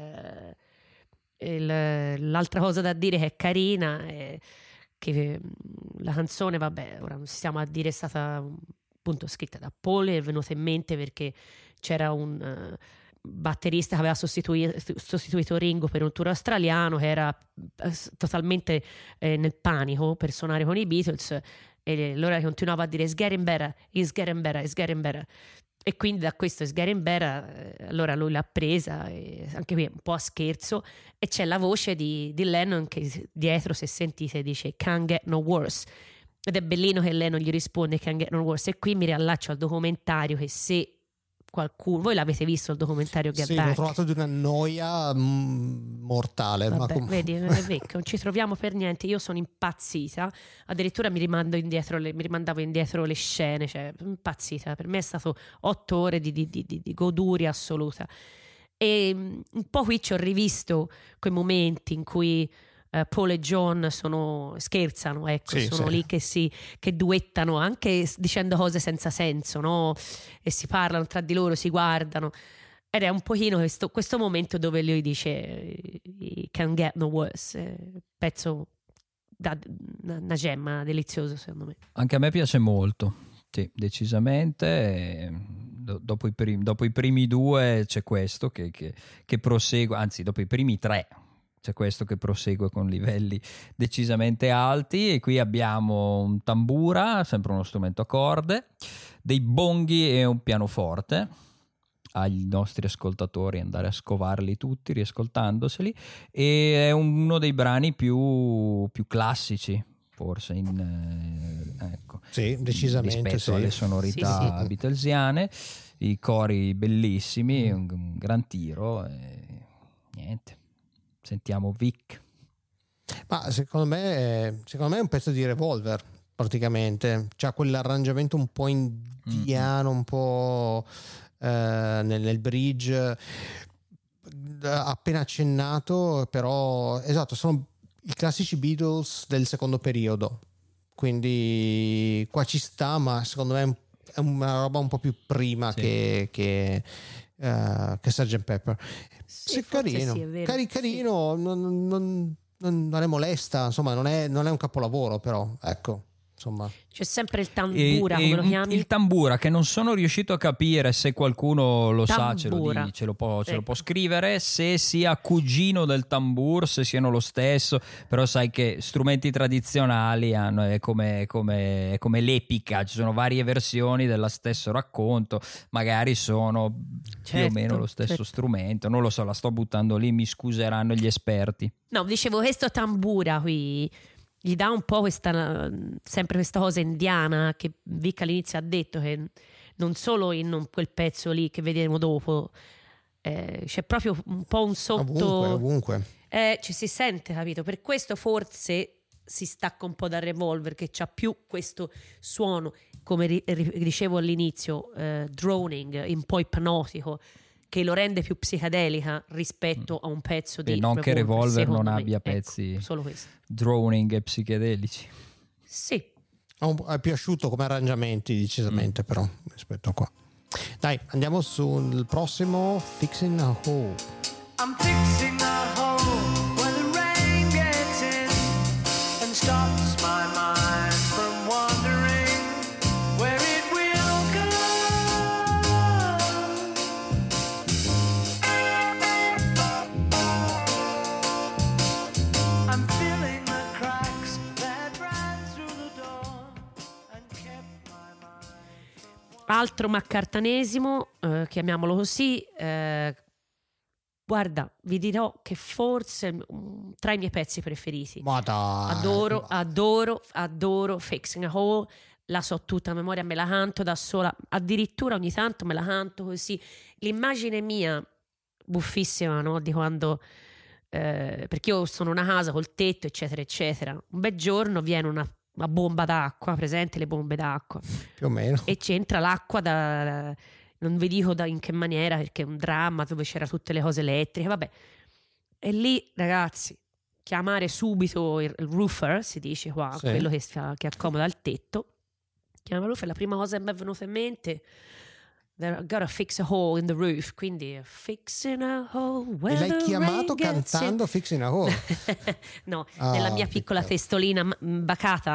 L'altra cosa da dire che è carina è che la canzone, vabbè, ora non stiamo a dire, è stata appunto scritta da Paul, è venuta in mente perché c'era batterista che aveva sostituito Ringo per un tour australiano, che era totalmente nel panico per suonare con i Beatles, e allora continuava a dire it's getting better, it's getting better, it's getting better. E quindi da questo it's getting better, allora lui l'ha presa, anche qui un po' a scherzo, e c'è la voce di Lennon che dietro, se sentite, dice can't get no worse, ed è bellino che Lennon gli risponde can't get no worse. E qui mi riallaccio al documentario, che se qualcuno, voi l'avete visto il documentario Get Sì, Back? l'ho trovato di una noia mortale. Vabbè, ma vedi, non ci troviamo per niente. Io sono impazzita, addirittura mi rimandavo indietro le scene, cioè impazzita. Per me è stato 8 ore di goduria assoluta. E un po' qui ci ho rivisto quei momenti in cui Paul e John scherzano, ecco, Sì, sono sì. lì che duettano, anche dicendo cose senza senso, no? E si parlano tra di loro, si guardano, ed è un pochino questo momento dove lui dice "Can't get no worse", pezzo una gemma delizioso, secondo me. Anche a me piace molto, sì, decisamente. Dopo i primi 2 c'è questo che prosegue, anzi dopo i primi 3 c'è questo che prosegue con livelli decisamente alti, e qui abbiamo un tambura, sempre uno strumento a corde, dei bonghi e un pianoforte. Agli nostri ascoltatori andare a scovarli tutti riascoltandoseli, e è uno dei brani più classici forse ecco, Sì, decisamente rispetto sì. alle sonorità Sì. beatlesiane, i cori bellissimi, un gran tiro, e niente, sentiamo Vic. Ma secondo me è un pezzo di Revolver, praticamente. C'ha quell'arrangiamento un po' indiano, un po' nel bridge, appena accennato, però esatto, sono i classici Beatles del secondo periodo, quindi qua ci sta, ma secondo me è una roba un po' più prima Sì. che Sgt. Pepper. Sì, Carino, sì, è vero. carino, non è molesta, insomma, non è un capolavoro, però ecco, insomma. C'è sempre il tambura, come lo chiami? Il tambura, che non sono riuscito a capire, se qualcuno lo sa ce lo Tambura. dice, ce lo può Ecco. scrivere, se sia cugino del tambur, se siano lo stesso. Però sai che strumenti tradizionali è come l'epica, ci sono varie versioni dello stesso racconto, magari sono più o meno lo stesso certo. strumento, non lo so, la sto buttando lì, mi scuseranno gli esperti. No, dicevo, questo tambura qui gli dà un po' sempre questa cosa indiana che Vic all'inizio ha detto, che non solo in quel pezzo lì che vedremo dopo, c'è proprio un po' un sotto, Ovunque. ci si sente, capito? Per questo forse si stacca un po' dal Revolver, che c'ha più questo suono, come dicevo all'inizio, droning, un po' ipnotico, che lo rende più psicadelica rispetto a un pezzo di non che Revolver non secondo me. abbia Ecco, pezzi solo questo. droning e psichedelici. Sì. È più asciutto come arrangiamenti, decisamente, però rispetto a qua. Dai, andiamo sul prossimo, Fixing a Hole. I'm fixing a hole where the rain gets in and stops my mind from wandering where it will go. I'm filling the cracks that ran through the door and kept my mind. Altro maccartanesimo, chiamiamolo così. Guarda, vi dirò che forse tra i miei pezzi preferiti. Ma dai. Adoro Fixing a Hole. La so tutta a memoria, me la canto da sola, addirittura ogni tanto me la canto così. L'immagine mia buffissima, no? Di quando perché io sono una casa col tetto, eccetera eccetera, un bel giorno viene una bomba d'acqua, presente le bombe d'acqua, Più o meno. e c'entra l'acqua non vi dico in che maniera, perché è un dramma, dove c'era tutte le cose elettriche, vabbè. E lì, ragazzi, chiamare subito il roofer, si dice qua, Sì. quello che accomoda il tetto. Chiama il roofer, la prima cosa che mi è venuta in mente, "There, gotta fix a hole in the roof", quindi fixing a hole E where l'hai the chiamato rain gets in. cantando Fixing a Hole. No, Ah, nella mia piccola peccato. testolina bacata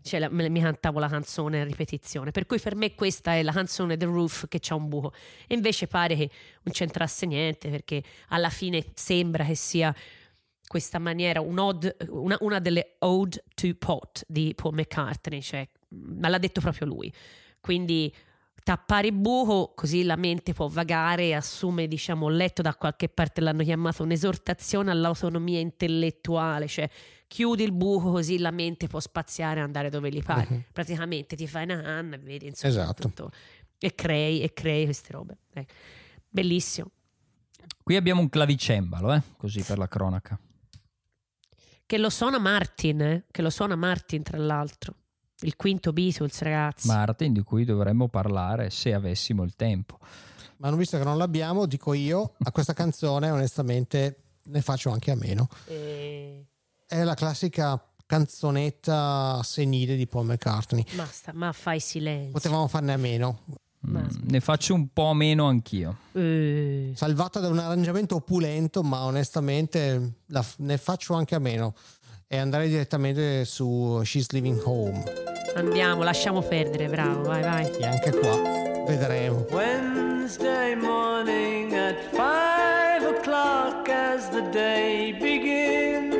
cioè, mi cantavo la canzone a ripetizione, per cui per me questa è la canzone The Roof che c'ha un buco, e invece pare che non c'entrasse niente, perché alla fine sembra che sia questa maniera, una delle Ode to Pot di Paul McCartney, cioè, ma l'ha detto proprio lui, quindi tappare il buco così la mente può vagare e assume, diciamo, letto da qualche parte, l'hanno chiamato un'esortazione all'autonomia intellettuale, cioè chiudi il buco così la mente può spaziare e andare dove gli pare. Praticamente ti fai una canna e vedi, insomma, Esatto. tutto, e crei queste robe. Bellissimo. Qui abbiamo un clavicembalo, così per la cronaca. Che lo suona Martin, tra l'altro. Il quinto Beatles, ragazzi. Martin, di cui dovremmo parlare se avessimo il tempo. Ma non, visto che non l'abbiamo, dico io, a questa canzone onestamente ne faccio anche a meno. È la classica canzonetta senile di Paul McCartney. Basta, ma fai silenzio. Potevamo farne a meno. Ne faccio un po' meno anch'io. Salvata da un arrangiamento opulento, ma onestamente ne faccio anche a meno. E andrei direttamente su She's Leaving Home. Andiamo, lasciamo perdere, bravo, vai. E anche qua vedremo. Wednesday morning at 5 o'clock as the day begins,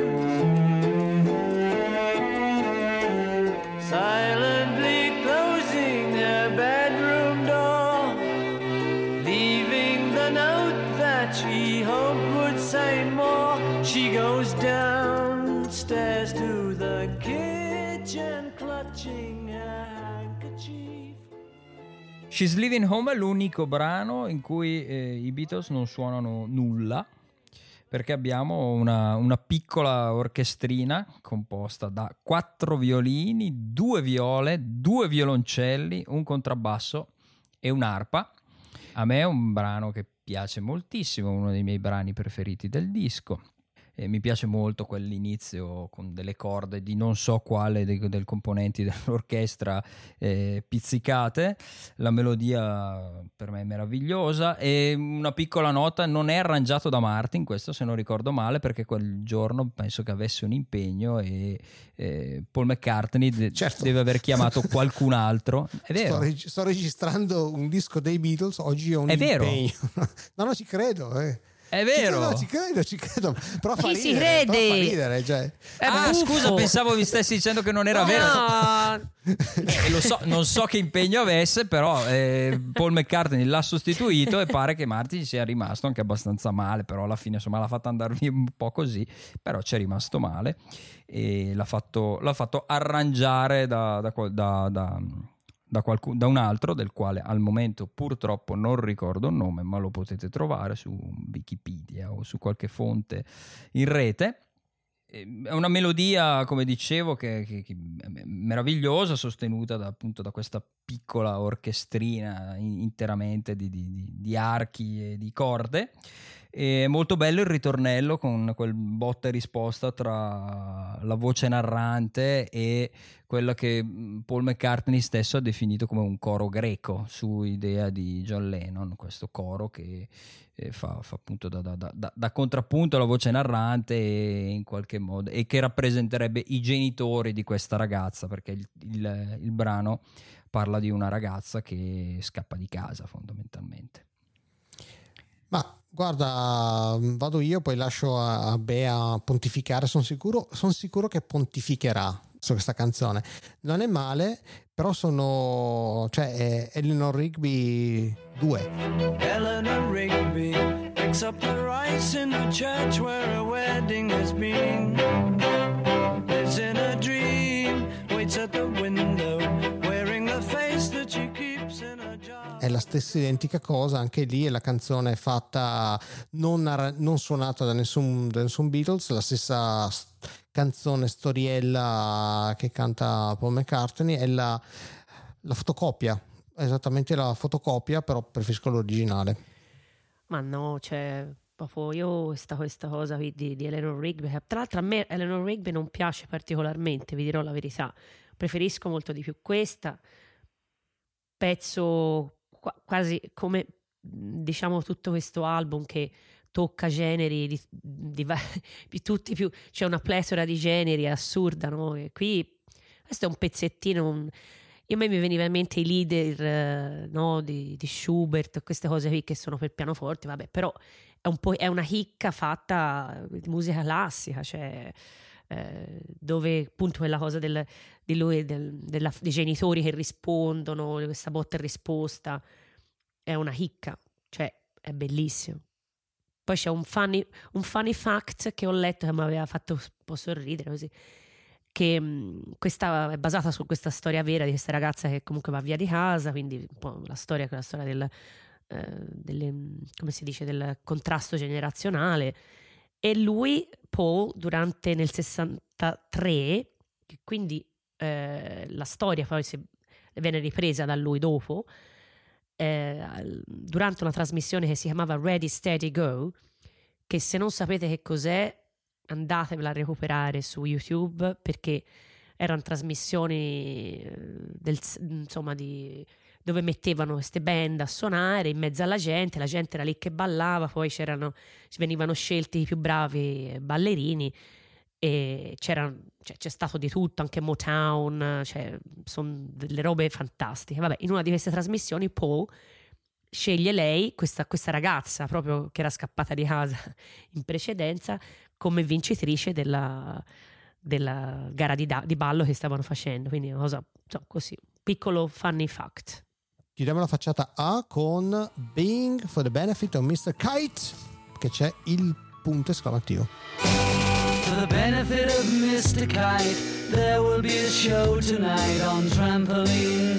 silently closing her bedroom door, leaving the note that she hoped would say more. She goes downstairs to the kitchen clutching her handkerchief. She's Leaving Home è l'unico brano in cui i Beatles non suonano nulla, perché abbiamo una piccola orchestrina composta da 4 violini, 2 viole, 2 violoncelli, un contrabbasso e un'arpa. A me è un brano che piace moltissimo, uno dei miei brani preferiti del disco. Mi piace molto quell'inizio con delle corde di non so quale dei componenti dell'orchestra pizzicate. La melodia per me è meravigliosa, e una piccola nota: non è arrangiato da Martin questo, se non ricordo male, perché quel giorno penso che avesse un impegno e Paul McCartney Certo. deve aver chiamato qualcun altro. È vero. Sto registrando un disco dei Beatles, oggi ho un È vero. impegno. No, ci credo. È vero. Ci credo. Però fa Chi si ridere, crede? però fa ridere, cioè. Buffo. Scusa, pensavo mi stessi dicendo che non era vero. No, Lo so, non so che impegno avesse, però Paul McCartney l'ha sostituito e pare che Martin sia rimasto anche abbastanza male, però alla fine insomma l'ha fatta andare via un po' così, però ci è rimasto male e l'ha fatto arrangiare da un altro, del quale al momento purtroppo non ricordo il nome, ma lo potete trovare su Wikipedia o su qualche fonte in rete. È una melodia, come dicevo, che è meravigliosa, sostenuta appunto da questa piccola orchestrina interamente di archi e di corde. È molto bello il ritornello con quel botta e risposta tra la voce narrante e quella che Paul McCartney stesso ha definito come un coro greco, su idea di John Lennon, questo coro che fa appunto da contrappunto alla voce narrante, e in qualche modo, e che rappresenterebbe i genitori di questa ragazza, perché il brano parla di una ragazza che scappa di casa fondamentalmente. Ma guarda, vado io, poi lascio a Bea pontificare. Sono sicuro che pontificherà su questa canzone. Non è male, però è Eleanor Rigby 2. Eleanor Rigby picks up the rice in the church where a wedding has been. Lives in a dream, waits at the window, wearing the face that she keeps in a jar. È la stessa identica cosa, anche lì è la canzone fatta non suonata da nessun Beatles, la stessa canzone storiella che canta Paul McCartney, è la fotocopia, esattamente la fotocopia, però preferisco l'originale. ma no, cioè, proprio io questa cosa qui di Eleanor Rigby, tra l'altro a me Eleanor Rigby non piace particolarmente, vi dirò la verità, preferisco molto di più questa, pezzo quasi come, diciamo, tutto questo album che tocca generi di tutti più, c'è una pletora di generi, è assurda, no? E qui questo è un pezzettino, a me mi veniva in mente i leader no, di Schubert, queste cose qui che sono per pianoforte, vabbè, però è una chicca fatta di musica classica, cioè dove appunto quella cosa di lui, dei genitori che rispondono, questa botta e risposta, è una chicca, cioè è bellissimo. Poi c'è un funny fact che ho letto che mi aveva fatto un po' sorridere così, che questa è basata su questa storia vera di questa ragazza che comunque va via di casa, quindi un po' la storia come si dice, del contrasto generazionale. E lui, Paul, nel 63, quindi la storia poi viene ripresa da lui dopo, durante una trasmissione che si chiamava Ready Steady Go, che se non sapete che cos'è andatevela a recuperare su YouTube, perché erano trasmissioni insomma dove mettevano queste band a suonare in mezzo alla gente, la gente era lì che ballava, poi venivano scelti i più bravi ballerini e c'è stato di tutto, anche Motown, cioè, sono delle robe fantastiche. Vabbè, in una di queste trasmissioni Paul sceglie lei, questa ragazza proprio che era scappata di casa in precedenza, come vincitrice della gara di ballo che stavano facendo, quindi una cosa così, piccolo funny fact. Chiudiamo la facciata A con Being for the Benefit of Mr. Kite, che c'è il punto esclamativo. For the benefit of Mr. Kite, there will be a show tonight on trampoline.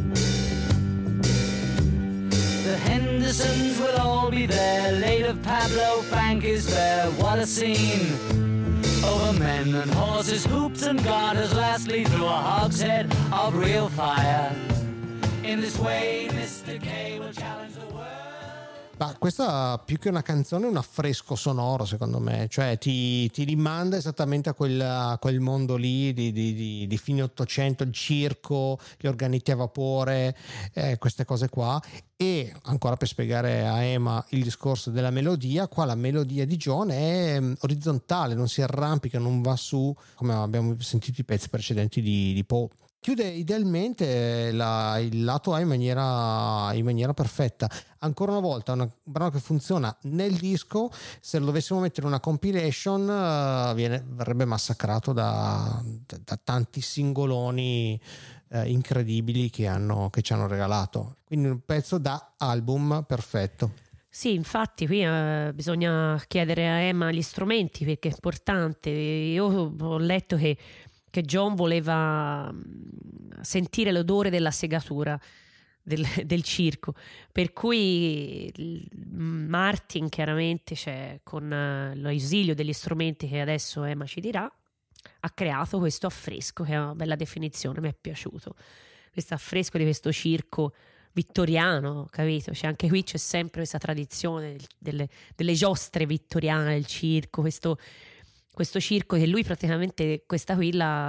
The Hendersons will all be there, late of Pablo Frank is there, what a scene. Over men and horses, hoops and garters, lastly through a hogshead of real fire. In this way, Mr. K will challenge the world. Ma questa più che una canzone è un affresco sonoro, secondo me, cioè ti rimanda esattamente a quel mondo lì di fine Ottocento, il circo, gli organiti a vapore, queste cose qua. E ancora per spiegare a Emma il discorso della melodia, qua la melodia di John è orizzontale, non si arrampica, non va su come abbiamo sentito i pezzi precedenti di Paul. Chiude idealmente il lato A in maniera perfetta. Ancora una volta un brano che funziona nel disco, se lo dovessimo mettere in una compilation verrebbe massacrato da tanti singoloni incredibili che ci hanno regalato. Quindi un pezzo da album perfetto. Sì, infatti qui bisogna chiedere a Emma gli strumenti, perché è importante. Io ho letto che John voleva sentire l'odore della segatura del circo, per cui Martin chiaramente, cioè, con l'ausilio degli strumenti che adesso Emma ci dirà, ha creato questo affresco, che è una bella definizione, mi è piaciuto questo affresco di questo circo vittoriano, capito? Cioè, anche qui c'è sempre questa tradizione delle giostre vittoriane del circo, questo circo che lui praticamente questa qui l'ha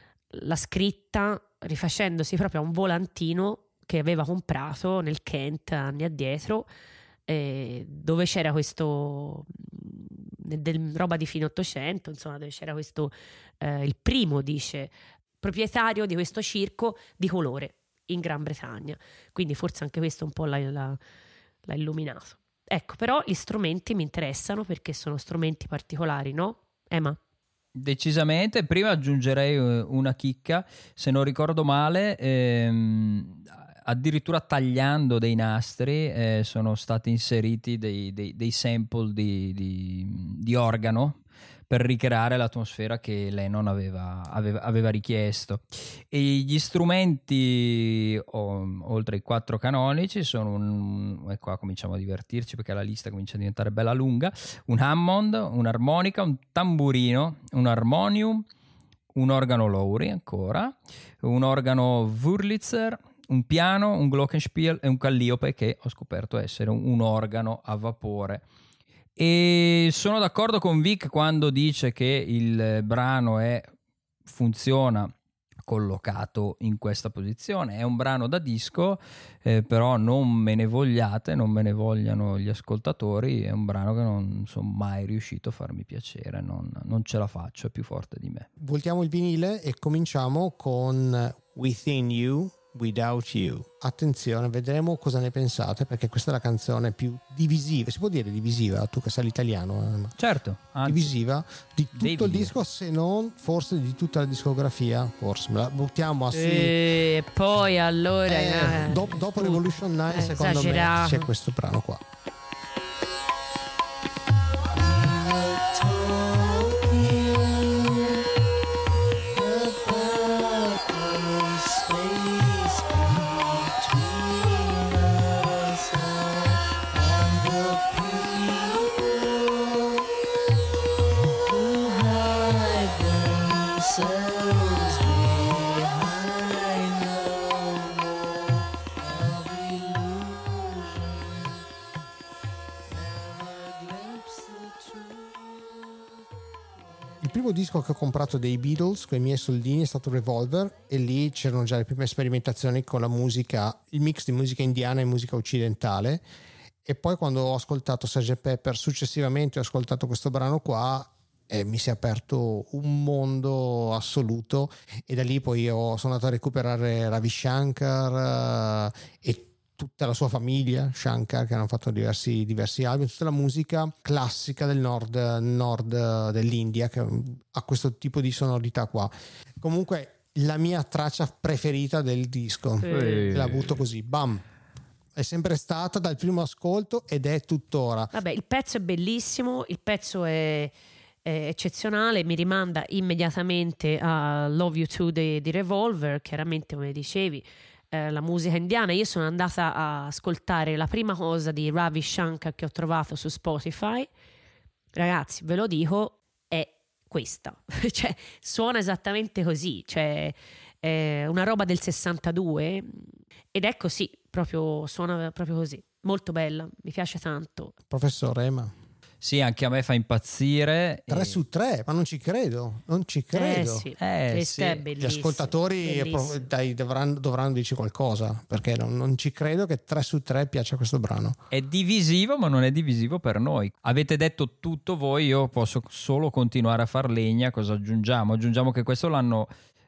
scritta rifacendosi proprio a un volantino che aveva comprato nel Kent anni addietro, dove c'era questo roba di fine Ottocento, insomma, dove c'era questo il primo, dice, proprietario di questo circo di colore in Gran Bretagna, quindi forse anche questo un po' l'ha illuminato. Ecco, però gli strumenti mi interessano perché sono strumenti particolari, no? Emma? Decisamente. Prima aggiungerei una chicca, se non ricordo male, addirittura tagliando dei nastri sono stati inseriti dei sample di organo per ricreare l'atmosfera che Lennon aveva richiesto. E gli strumenti, oltre ai 4 canonici, sono e qua cominciamo a divertirci perché la lista comincia a diventare bella lunga: un Hammond, un'armonica, un tamburino, un armonium, un organo Lowry ancora, un organo Wurlitzer, un piano, un glockenspiel e un calliope, che ho scoperto essere un organo a vapore. E sono d'accordo con Vic quando dice che il brano funziona collocato in questa posizione. È un brano da disco, però non me ne vogliate, non me ne vogliano gli ascoltatori, è un brano che non sono mai riuscito a farmi piacere, non ce la faccio, è più forte di me. Voltiamo il vinile e cominciamo con Within You, Without You. Attenzione, vedremo cosa ne pensate, perché questa è la canzone più divisiva, si può dire divisiva, tu che sai l'italiano, certo, anzi, divisiva di tutto devi il dire. disco, se non forse di tutta la discografia, forse me la buttiamo a E poi allora dopo Revolution 9 secondo esagerato. me c'è questo brano qua. Il primo disco che ho comprato dei Beatles con i miei soldini è stato Revolver, e lì c'erano già le prime sperimentazioni con la musica, il mix di musica indiana e musica occidentale. E poi quando ho ascoltato Sgt. Pepper successivamente, ho ascoltato questo brano qua e mi si è aperto un mondo assoluto, e da lì poi sono andato a recuperare Ravi Shankar e tutta la sua famiglia Shankar, che hanno fatto diversi album, tutta la musica classica del nord dell'India, che ha questo tipo di sonorità qua. Comunque la mia traccia preferita del disco, la butto così, bam, è sempre stata dal primo ascolto ed è tuttora. Vabbè, il pezzo è bellissimo, il pezzo è eccezionale, mi rimanda immediatamente a Love You Too di Revolver, chiaramente come dicevi. La musica indiana, io sono andata a ascoltare la prima cosa di Ravi Shankar che ho trovato su Spotify, ragazzi, ve lo dico, è questa. Cioè suona esattamente così, cioè una roba del 62 ed è così, proprio suona proprio così, molto bella, mi piace tanto. Professore Ema. Sì, anche a me fa impazzire. 3 su 3, ma non ci credo. Sì, sì. questa è Gli bellissima, ascoltatori bellissima. dovranno dirci qualcosa, perché non ci credo che 3 su 3 piaccia questo brano. È divisivo, ma non è divisivo per noi. Avete detto tutto voi, io posso solo continuare a far legna. Cosa aggiungiamo? Aggiungiamo che questo l'hanno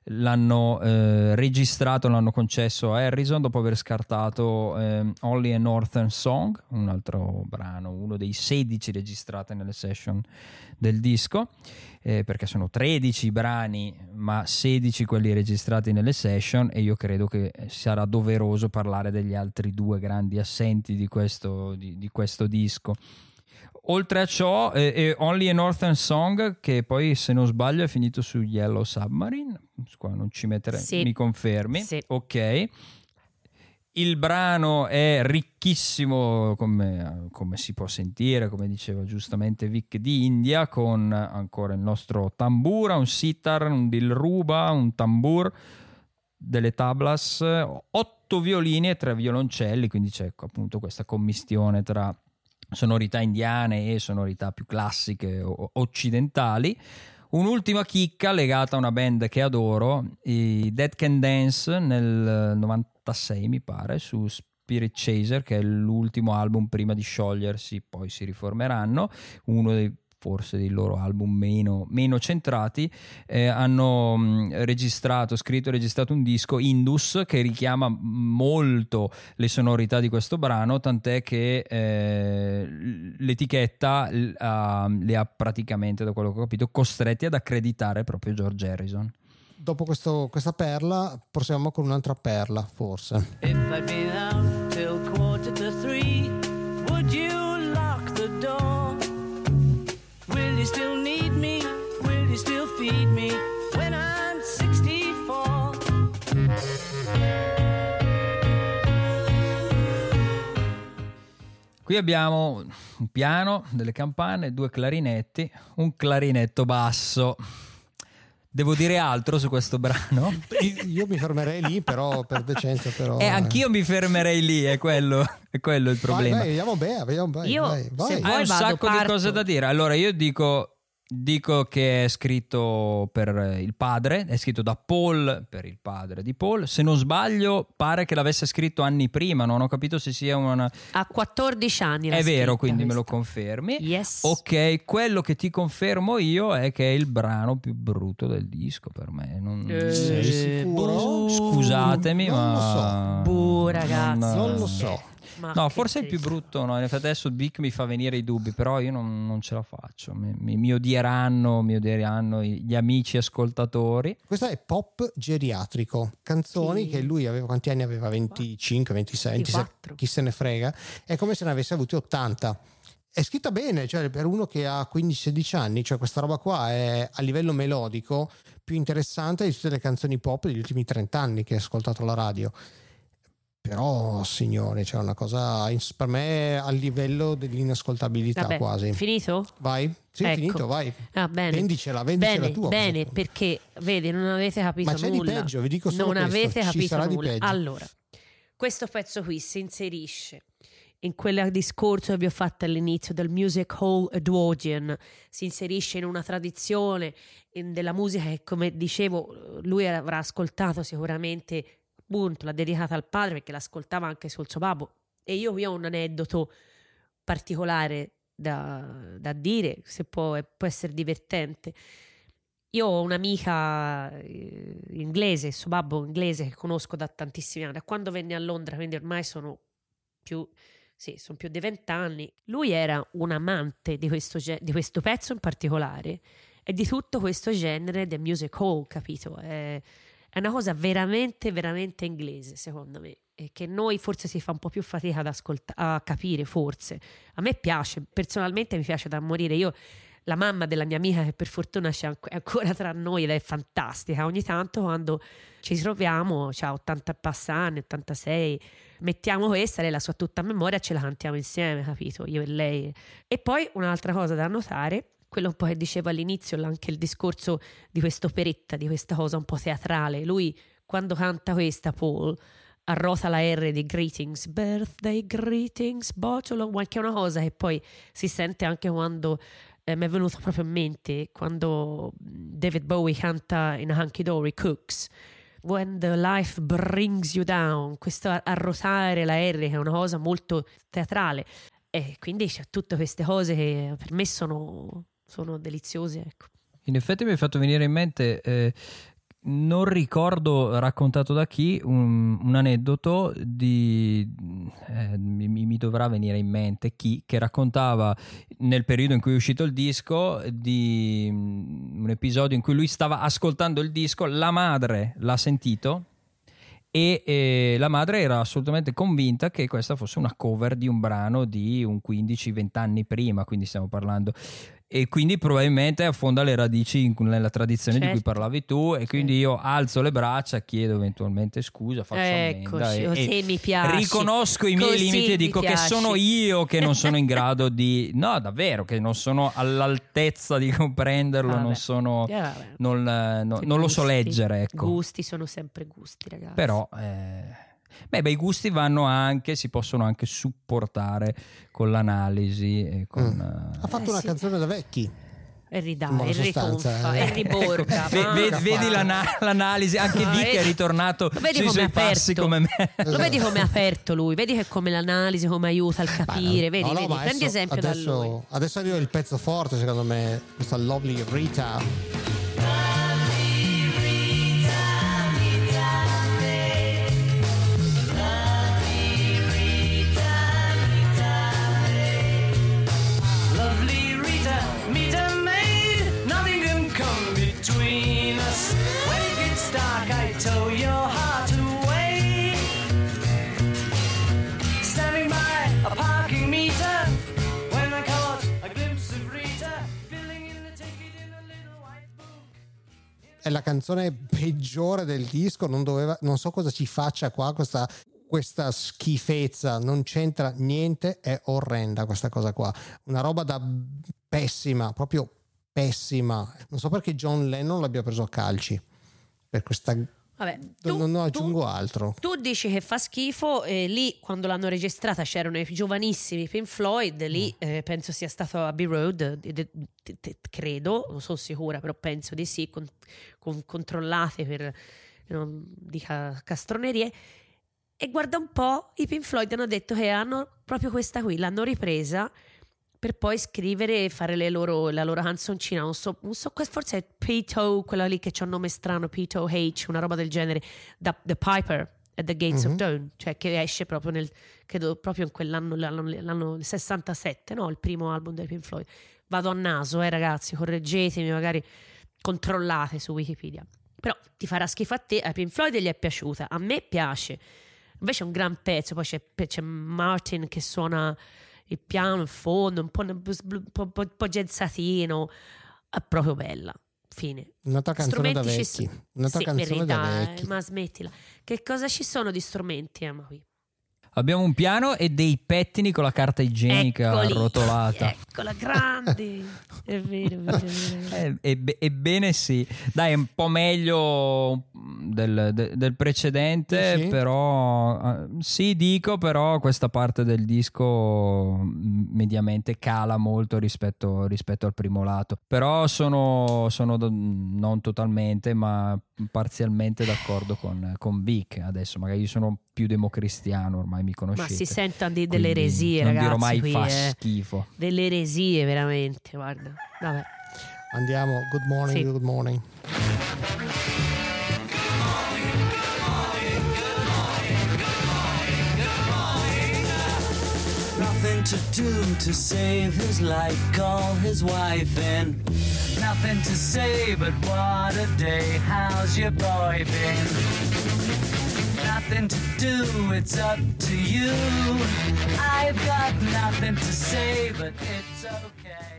registrato, l'hanno concesso a Harrison dopo aver scartato Only a Northern Song, un altro brano, uno dei 16 registrati nelle session del disco, perché sono 13 brani ma 16 quelli registrati nelle session, e io credo che sarà doveroso parlare degli altri due grandi assenti di questo disco. Oltre a ciò, Only a Northern Song, che poi se non sbaglio è finito su Yellow Submarine, qua non ci metterei, sì. Mi confermi? Sì. Ok. Il brano è ricchissimo, come si può sentire, come diceva giustamente Vic, di India, con ancora il nostro tambura, un sitar, un dilruba, un tambur, delle tablas, 8 violini e 3 violoncelli, quindi c'è appunto questa commistione tra sonorità indiane e sonorità più classiche occidentali. Un'ultima chicca legata a una band che adoro, i Dead Can Dance, nel 96 mi pare, su Spirit Chaser, che è l'ultimo album prima di sciogliersi, poi si riformeranno, uno dei forse dei loro album meno centrati, hanno scritto e registrato un disco, Indus, che richiama molto le sonorità di questo brano, tant'è che l'etichetta li ha praticamente, da quello che ho capito, costretti ad accreditare proprio George Harrison. Dopo questa perla proseguiamo con un'altra perla, forse. If I'd been out till 2:45, would you lock the door? Will you still need me? Will you still feed me when I'm 64? Qui abbiamo un piano, delle campane, 2 clarinetti, un clarinetto basso. Devo dire altro su questo brano? Io mi fermerei lì, però per decenza. Però, anch'io mi fermerei lì, è quello il problema. Vai, vediamo bene. Io, vai. se Hai vuoi un sacco di cose da dire. Allora io dico Dico che è scritto per il padre, è scritto da Paul per il padre di Paul. Se non sbaglio, pare che l'avesse scritto anni prima, non ho capito se sia una... A 14 anni l'ha È vero, scritta quindi me lo questa. confermi. Yes. Ok, quello che ti confermo io è che è il brano più brutto del disco per me. Sei sicuro? Scusatemi, Non lo ma... Boh, ragazzi. Non lo so. Ma No, che forse è il più tristezza. brutto, no? In effetti adesso il Vic mi fa venire i dubbi, però io non ce la faccio. Mi odieranno gli amici ascoltatori. Questo è pop geriatrico, canzoni Sì. che lui aveva, quanti anni aveva? 25, 26, 24. chi se ne frega, è come se ne avesse avuti 80. È scritta bene, cioè per uno che ha 15-16 anni, cioè questa roba qua è a livello melodico più interessante di tutte le canzoni pop degli ultimi 30 anni che ho ascoltato alla radio. Però, signore, c'è una cosa per me a livello dell'inascoltabilità. Vabbè, quasi. finito? Vai? Sì, Ecco. finito, vai. Ah, bene. Vendicela Bene, tua. bene, perché vedi, non avete capito Ma c'è di nulla. peggio, vi dico solo non questo, avete ci capito sarà di nulla. peggio. Allora, questo pezzo qui si inserisce in quel discorso che vi ho fatto all'inizio del Music Hall Edwardian, si inserisce in una tradizione della musica che, come dicevo, lui avrà ascoltato sicuramente, appunto, l'ha dedicata al padre perché l'ascoltava anche sul suo babbo. E io qui ho un aneddoto particolare da dire, se può essere divertente. Io ho un'amica inglese, suo babbo inglese, che conosco da tantissimi anni, da quando venne a Londra, quindi ormai sono più di 20 anni. Lui era un amante di questo pezzo in particolare e di tutto questo genere del music hall, capito? È una cosa veramente, veramente inglese, secondo me, e che noi forse si fa un po' più fatica a capire, forse. A me piace, personalmente mi piace da morire. Io, la mamma della mia amica, che per fortuna è ancora tra noi ed è fantastica, ogni tanto quando ci troviamo, c'ha 80 e passa anni, 86, mettiamo questa, lei la sua tutta a memoria, ce la cantiamo insieme, capito? Io e lei. E poi un'altra cosa da notare, quello un po' che dicevo all'inizio, anche il discorso di quest'operetta, di questa cosa un po' teatrale. Lui, quando canta questa, Paul, arrota la R di greetings, birthday greetings, bociolo, che è una cosa che poi si sente anche quando mi è venuto proprio in mente quando David Bowie canta in Hunky Dory Cooks, when the life brings you down, questo arrotare la R, che è una cosa molto teatrale, e quindi c'è tutte queste cose che per me sono deliziose, ecco. In effetti mi hai fatto venire in mente, non ricordo raccontato da chi, un aneddoto mi dovrà venire in mente chi, che raccontava nel periodo in cui è uscito il disco di un episodio in cui lui stava ascoltando il disco, la madre l'ha sentito e la madre era assolutamente convinta che questa fosse una cover di un brano di un 15-20 anni prima, quindi stiamo parlando, e quindi probabilmente affonda le radici nella tradizione di cui parlavi tu, e quindi io alzo le braccia, chiedo eventualmente scusa, faccio ammenda e mi piace, riconosco i miei limiti e dico che sono io che non sono in grado di, no davvero, che non sono all'altezza di comprenderlo, non sono, non lo so leggere, ecco. Gusti sono sempre gusti, ragazzi. Però i gusti vanno anche, si possono anche supportare con l'analisi e con, ha fatto una canzone da vecchi e ridai, e ritonfa, e riborca. Vedi l'analisi, anche Vic è ritornato sui suoi passi come me. Lo vedi come è aperto lui, vedi che come l'analisi, come aiuta al capire, vedi, prendi esempio da lui. Adesso arriva il pezzo forte, secondo me, questa Lovely Rita. È la canzone peggiore del disco, non so cosa ci faccia qua questa schifezza, non c'entra niente, è orrenda questa cosa qua, una roba da pessima, proprio pessima. Non so perché John Lennon l'abbia preso a calci per questa Vabbè, non aggiungo altro. Tu dici che fa schifo, lì quando l'hanno registrata c'erano i giovanissimi Pink Floyd, lì penso sia stato a Abbey Road, credo, non sono sicura, però penso di sì, controllate per non dica castronerie. E guarda un po', i Pink Floyd hanno detto che hanno proprio questa qui, l'hanno ripresa per poi scrivere e fare la loro canzoncina, non so, forse è P.T.O., quella lì che c'ha un nome strano, P.T.O.H, una roba del genere, The Piper at the Gates of Dawn, cioè che esce proprio credo proprio in quell'anno, l'anno 67, no? Il primo album dei Pink Floyd. Vado a naso, ragazzi, correggetemi, magari controllate su Wikipedia. Però ti farà schifo a te, ai Pink Floyd gli è piaciuta, a me piace. Invece è un gran pezzo, poi c'è Martin che suona il piano in fondo, un po' gezzatino, è proprio bella. Fine. Una tua canzone da vecchi. Una tua canzone da vecchi. Ma smettila. Che cosa ci sono di strumenti, Emma, qui? Abbiamo un piano e dei pettini con la carta igienica arrotolata. Eccola, grandi. È vero. Ebbene sì. Dai, è un po' meglio del precedente, sì. Però sì, dico, però questa parte del disco mediamente cala molto rispetto al primo lato. Però sono non totalmente, ma parzialmente d'accordo con Vic. Adesso magari io sono più democristiano, ormai mi conoscete. Ma si sentono delle eresie, non ragazzi. Non dirò mai qui, fa schifo. Delle eresie, veramente, guarda. Vabbè. Andiamo, good morning, sì. Good morning. Nothing to do to save his life, call his wife in. Nothing to say but what a day, how's your boy been? Nothing to do, it's up to you. I've got nothing to say but it's okay.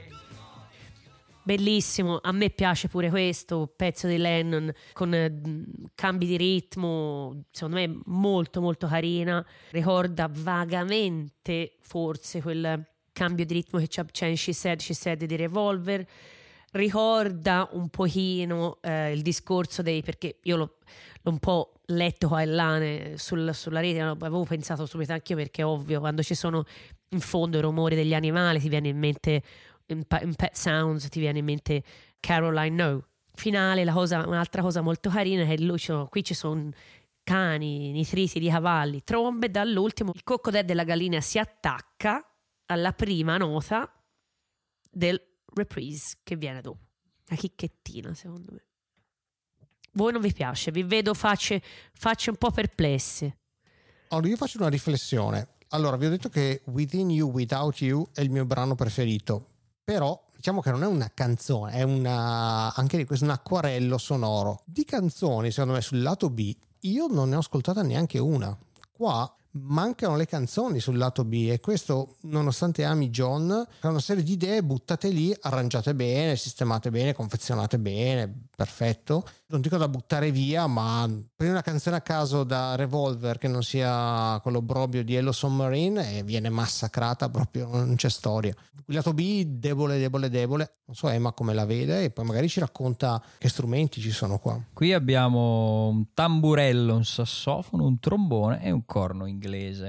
Bellissimo, a me piace pure questo pezzo di Lennon con cambi di ritmo, secondo me molto molto carina, ricorda vagamente forse quel cambio di ritmo che c'è in She Said di Revolver, ricorda un pochino il discorso perché io l'ho un po' letto qua e là sulla rete, avevo pensato subito anch'io, perché è ovvio, quando ci sono in fondo i rumori degli animali ti viene in mente in Pet Sounds, ti viene in mente Caroline No. Finale, un'altra cosa molto carina è che qui ci sono cani, nitriti di cavalli, trombe, dall'ultimo il coccodè della gallina si attacca alla prima nota del reprise che viene dopo. Una chicchettina, secondo me. Voi non vi piace? Vi vedo facce un po' perplesse. Allora, io faccio una riflessione. Allora, vi ho detto che Within You, Without You è il mio brano preferito, però diciamo che non è una canzone, è anche di questo un acquarello sonoro. Di canzoni, secondo me, sul lato B io non ne ho ascoltata neanche una. Qua mancano le canzoni sul lato B, e questo nonostante ami John, ha una serie di idee buttate lì, arrangiate bene, sistemate bene, confezionate bene, perfetto. Non dico da buttare via, ma prendi una canzone a caso da Revolver che non sia quell'obbrobio di Yellow Submarine e viene massacrata, proprio non c'è storia. Il lato B debole, non so Emma come la vede, e poi magari ci racconta che strumenti ci sono qua. Qui abbiamo un tamburello, un sassofono, un trombone e un corno inglese.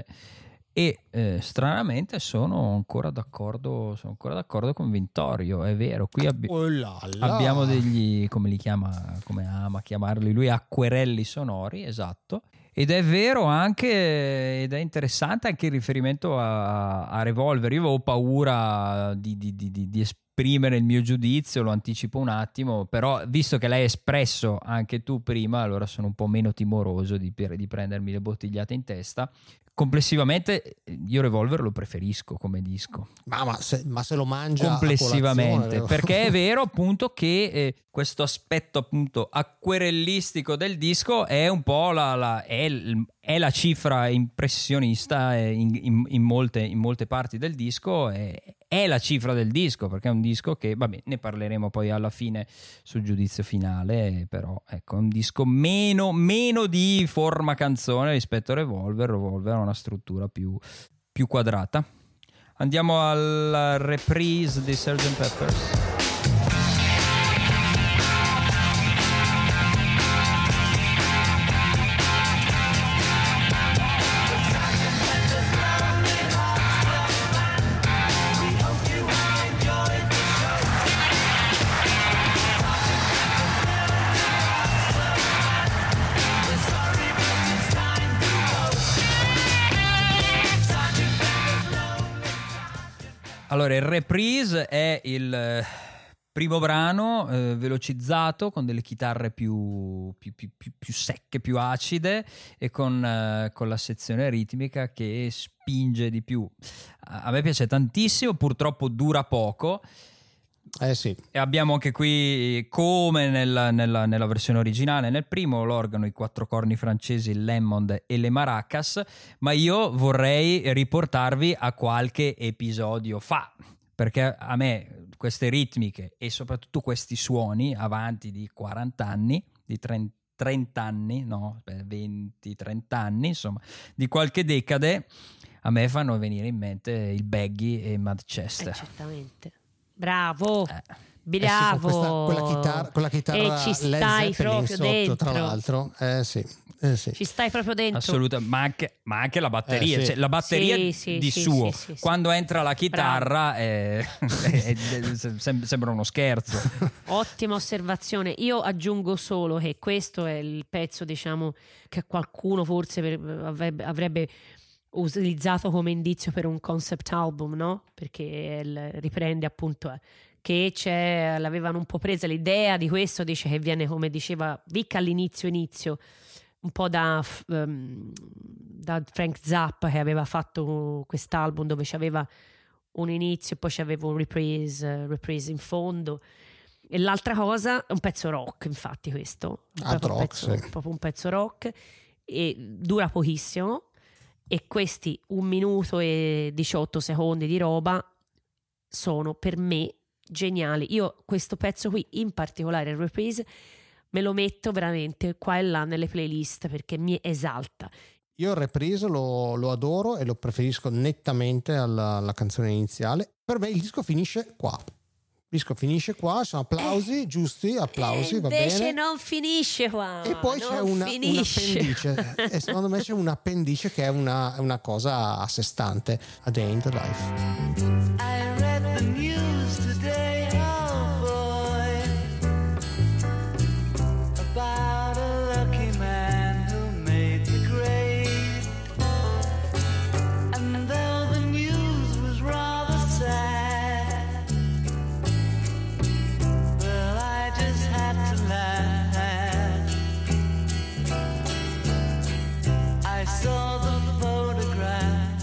E stranamente sono ancora d'accordo con Vittorio, è vero. Qui abbiamo degli, come ama chiamarli lui, acquerelli sonori, esatto. Ed è vero anche, ed è interessante anche il riferimento a Revolver. Io avevo paura di esprimere il mio giudizio, lo anticipo un attimo, però visto che l'hai espresso anche tu prima, allora sono un po' meno timoroso di prendermi le bottigliate in testa. Complessivamente io Revolver lo preferisco come disco, ma se lo mangia complessivamente, perché è vero appunto che questo aspetto appunto acquerellistico del disco è un po' è la cifra impressionista in molte parti del disco, è la cifra del disco, perché è un disco che, vabbè, ne parleremo poi alla fine sul giudizio finale, però ecco, è un disco meno di forma canzone rispetto a Revolver ha una struttura più quadrata. Andiamo alla reprise di Sgt. Pepper's. Allora, il Reprise è il primo brano velocizzato con delle chitarre più secche, più acide e con la sezione ritmica che spinge di più. A me piace tantissimo, purtroppo dura poco. Sì. E abbiamo anche qui, come nella versione originale, nel primo, l'organo, i 4 corni francesi, il Lemmond e le maracas, ma io vorrei riportarvi a qualche episodio fa, perché a me queste ritmiche e soprattutto questi suoni avanti di 40 anni, di 30 anni, no, 20-30 anni, insomma, di qualche decade, a me fanno venire in mente il Baggy e Manchester. Certamente. Bravo, Bravo. Con la chitarra ci Led stai Zeppelin proprio sotto, dentro. tra l'altro. Sì. Ci stai proprio dentro. Assolutamente, ma anche la batteria, sì. cioè, la batteria Sì, di sì, suo, sì. quando entra la chitarra sembra uno scherzo. Ottima osservazione. Io aggiungo solo che questo è il pezzo, diciamo, che qualcuno forse avrebbe utilizzato come indizio per un concept album, no? Perché riprende appunto che l'avevano un po' presa l'idea di questo, dice che viene, come diceva Vic all'inizio, un po' da Frank Zappa, che aveva fatto quest'album dove c'aveva un inizio e poi c'aveva un reprise in fondo. E l'altra cosa è un pezzo rock, infatti questo proprio un pezzo rock, e dura pochissimo, e questi 1 minuto e 18 secondi di roba sono per me geniali. Io questo pezzo qui in particolare, il reprise, me lo metto veramente qua e là nelle playlist perché mi esalta. Io il Reprise lo adoro e lo preferisco nettamente alla canzone iniziale. Per me il disco finisce qua. Sono applausi, giusti, applausi, va bene. Invece non finisce qua. E poi c'è un appendice, e secondo me c'è un appendice che è una cosa a sé stante. A Day in the Life. I read the news today, oh boy, about a lucky man who made the grade. And though the news was rather sad, well, I just had to laugh. I saw the photograph.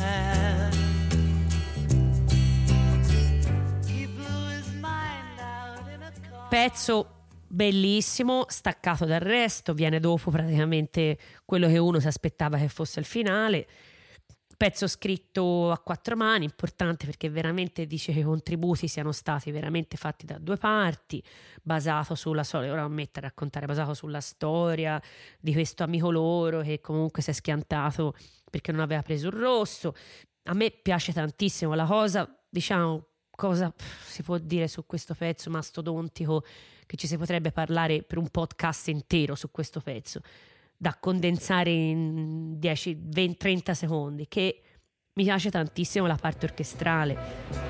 Pezzo bellissimo, staccato dal resto, viene dopo praticamente quello che uno si aspettava che fosse il finale. Pezzo scritto a 4 mani, importante perché veramente dice che i contributi siano stati veramente fatti da 2 parti, basato sulla storia, ora ammetto a raccontare, basato sulla storia di questo amico loro che comunque si è schiantato perché non aveva preso il rosso. A me piace tantissimo la cosa, diciamo, cosa si può dire su questo pezzo mastodontico, che ci si potrebbe parlare per un podcast intero su questo pezzo, da condensare in 10, 20, 30 secondi, che mi piace tantissimo la parte orchestrale.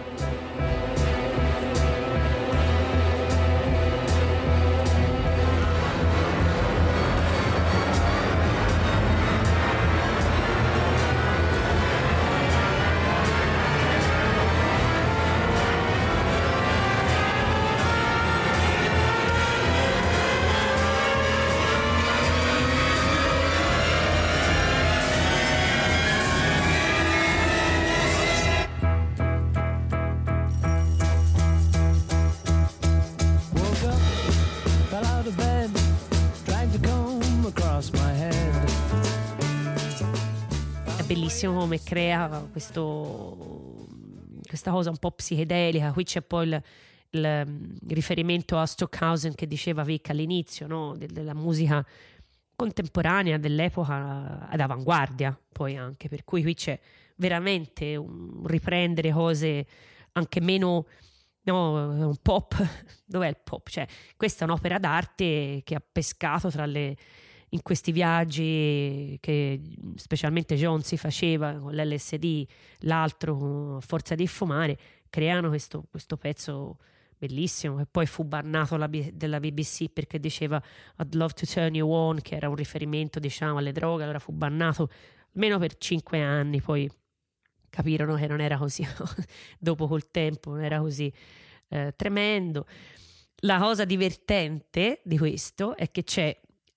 Come crea questa cosa un po' psichedelica. Qui c'è poi il riferimento a Stockhausen che diceva Vic all'inizio, no? della musica contemporanea dell'epoca ad avanguardia, poi anche, per cui qui c'è veramente un riprendere cose anche meno, no, un pop. Dov'è il pop? Cioè, questa è un'opera d'arte che ha pescato in questi viaggi che specialmente John si faceva con l'LSD, l'altro a forza di fumare, creano questo pezzo bellissimo, che poi fu bannato dalla BBC perché diceva I'd love to turn you on, che era un riferimento, diciamo, alle droghe. Allora fu bannato almeno per 5 anni, poi capirono che non era così, dopo col tempo non era così tremendo. La cosa divertente di questo è che c'è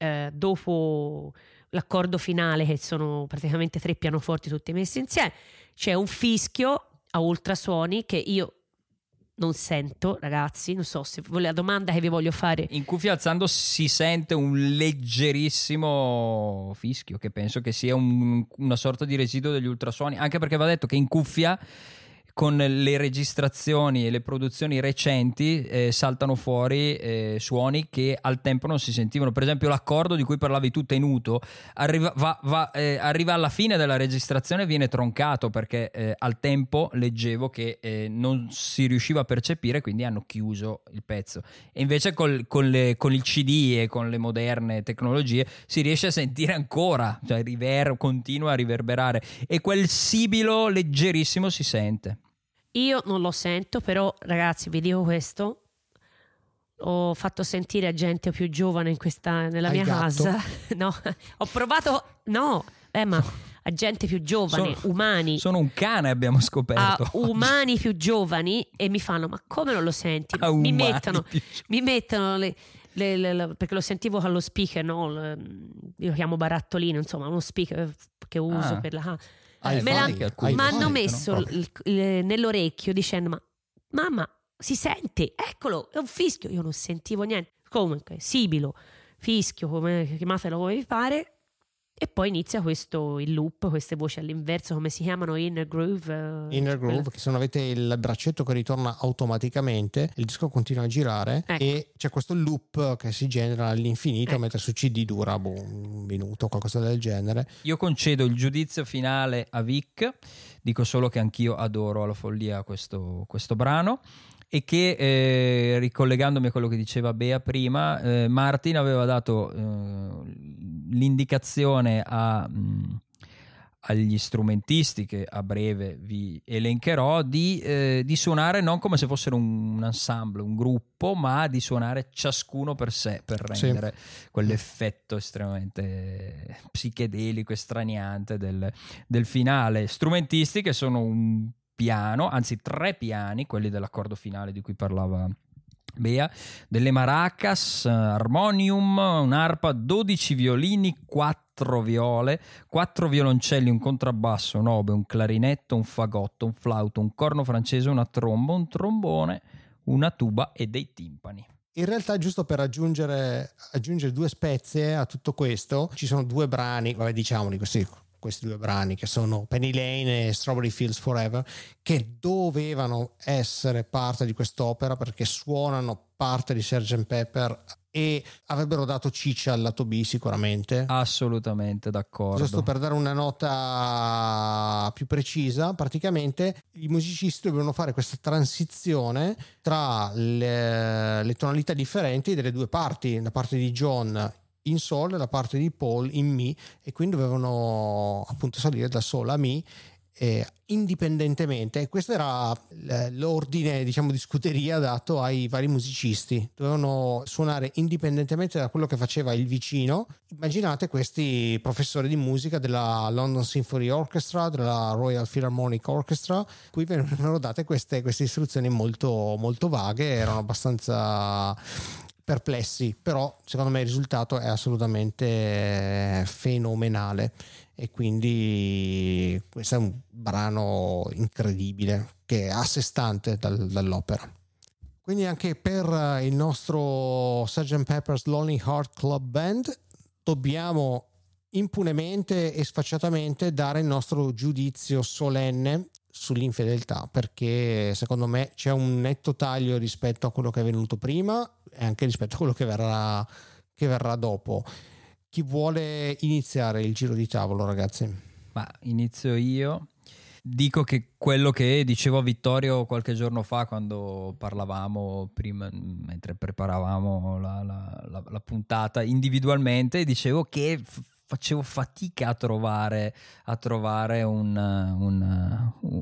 dopo l'accordo finale, che sono praticamente 3 pianoforti tutti messi insieme, c'è un fischio a ultrasuoni che io non sento, ragazzi. Non so se la domanda che vi voglio fare, In cuffia alzando si sente un leggerissimo fischio, che penso che sia una sorta di residuo degli ultrasuoni, anche perché va detto che in cuffia, con le registrazioni e le produzioni recenti, saltano fuori suoni che al tempo non si sentivano. Per esempio l'accordo di cui parlavi tu, tenuto, arriva alla fine della registrazione e viene troncato perché al tempo leggevo che non si riusciva a percepire, quindi hanno chiuso il pezzo. E invece con il CD e con le moderne tecnologie si riesce a sentire ancora, cioè continua a riverberare, e quel sibilo leggerissimo si sente. io non lo sento, però ragazzi vi dico questo: ho fatto sentire a gente più giovane nella Al mia gatto? casa no, ho provato ma a gente più giovane, umani, Sono un cane, abbiamo scoperto. a umani più giovani, e mi fanno: ma come non lo senti? A mi umani mettono perché lo sentivo con lo speaker, no? Io lo chiamo barattolino, insomma, uno speaker che uso per la Hi-fi, me l'ha- hi-fi, mi hanno no? messo Proprio. nell'orecchio dicendo: ma mamma, si sente, eccolo, è un fischio. Io non sentivo niente. Comunque, sibilo, fischio, come chiamatelo come vi pare. E poi inizia il loop, queste voci all'inverso, come si chiamano, inner groove. Inner Groove, che se non avete il braccetto che ritorna automaticamente, il disco continua a girare, Ecco. e c'è questo loop che si genera all'infinito, Ecco. mentre su CD dura un minuto, qualcosa del genere. Io concedo il giudizio finale a Vic, dico solo che anch'io adoro alla follia questo brano, e che ricollegandomi a quello che diceva Bea prima, Martin aveva dato l'indicazione agli strumentisti, che a breve vi elencherò, di suonare non come se fossero un ensemble, un gruppo, ma di suonare ciascuno per sé, per rendere quell'effetto estremamente psichedelico e straniante del finale. Strumentisti che sono un piano, anzi 3 piani, quelli dell'accordo finale di cui parlava Bea, delle maracas, armonium, un'arpa, 12 violini, 4 viole, 4 violoncelli, un contrabbasso, un oboe, un clarinetto, un fagotto, un flauto, un corno francese, una tromba, un trombone, una tuba e dei timpani. In realtà, giusto per aggiungere 2 spezie a tutto questo, ci sono 2 brani, vabbè, diciamoli questi 2 brani, che sono Penny Lane e Strawberry Fields Forever, che dovevano essere parte di quest'opera perché suonano parte di Sgt. Pepper e avrebbero dato ciccia al lato B sicuramente. Assolutamente d'accordo. Giusto per dare una nota più precisa, praticamente i musicisti dovevano fare questa transizione tra le tonalità differenti delle 2 parti, la parte di John in sol e la parte di Paul in mi, e quindi dovevano appunto salire da sol a mi indipendentemente. Questo era l'ordine, diciamo, di scuderia dato ai vari musicisti. Dovevano suonare indipendentemente da quello che faceva il vicino. Immaginate questi professori di musica della London Symphony Orchestra, della Royal Philharmonic Orchestra, cui venivano date queste istruzioni molto, molto vaghe, erano abbastanza perplessi, però secondo me il risultato è assolutamente fenomenale, e quindi questo è un brano incredibile che è a sé stante dall'opera. Quindi anche per il nostro Sgt. Pepper's Lonely Heart Club Band dobbiamo impunemente e sfacciatamente dare il nostro giudizio solenne sull'infedeltà, perché secondo me c'è un netto taglio rispetto a quello che è venuto prima e anche rispetto a quello che verrà dopo. Chi vuole iniziare il giro di tavolo, ragazzi? Ma inizio io. Dico che quello che dicevo a Vittorio qualche giorno fa, quando parlavamo prima, mentre preparavamo la puntata individualmente, dicevo che facevo fatica a trovare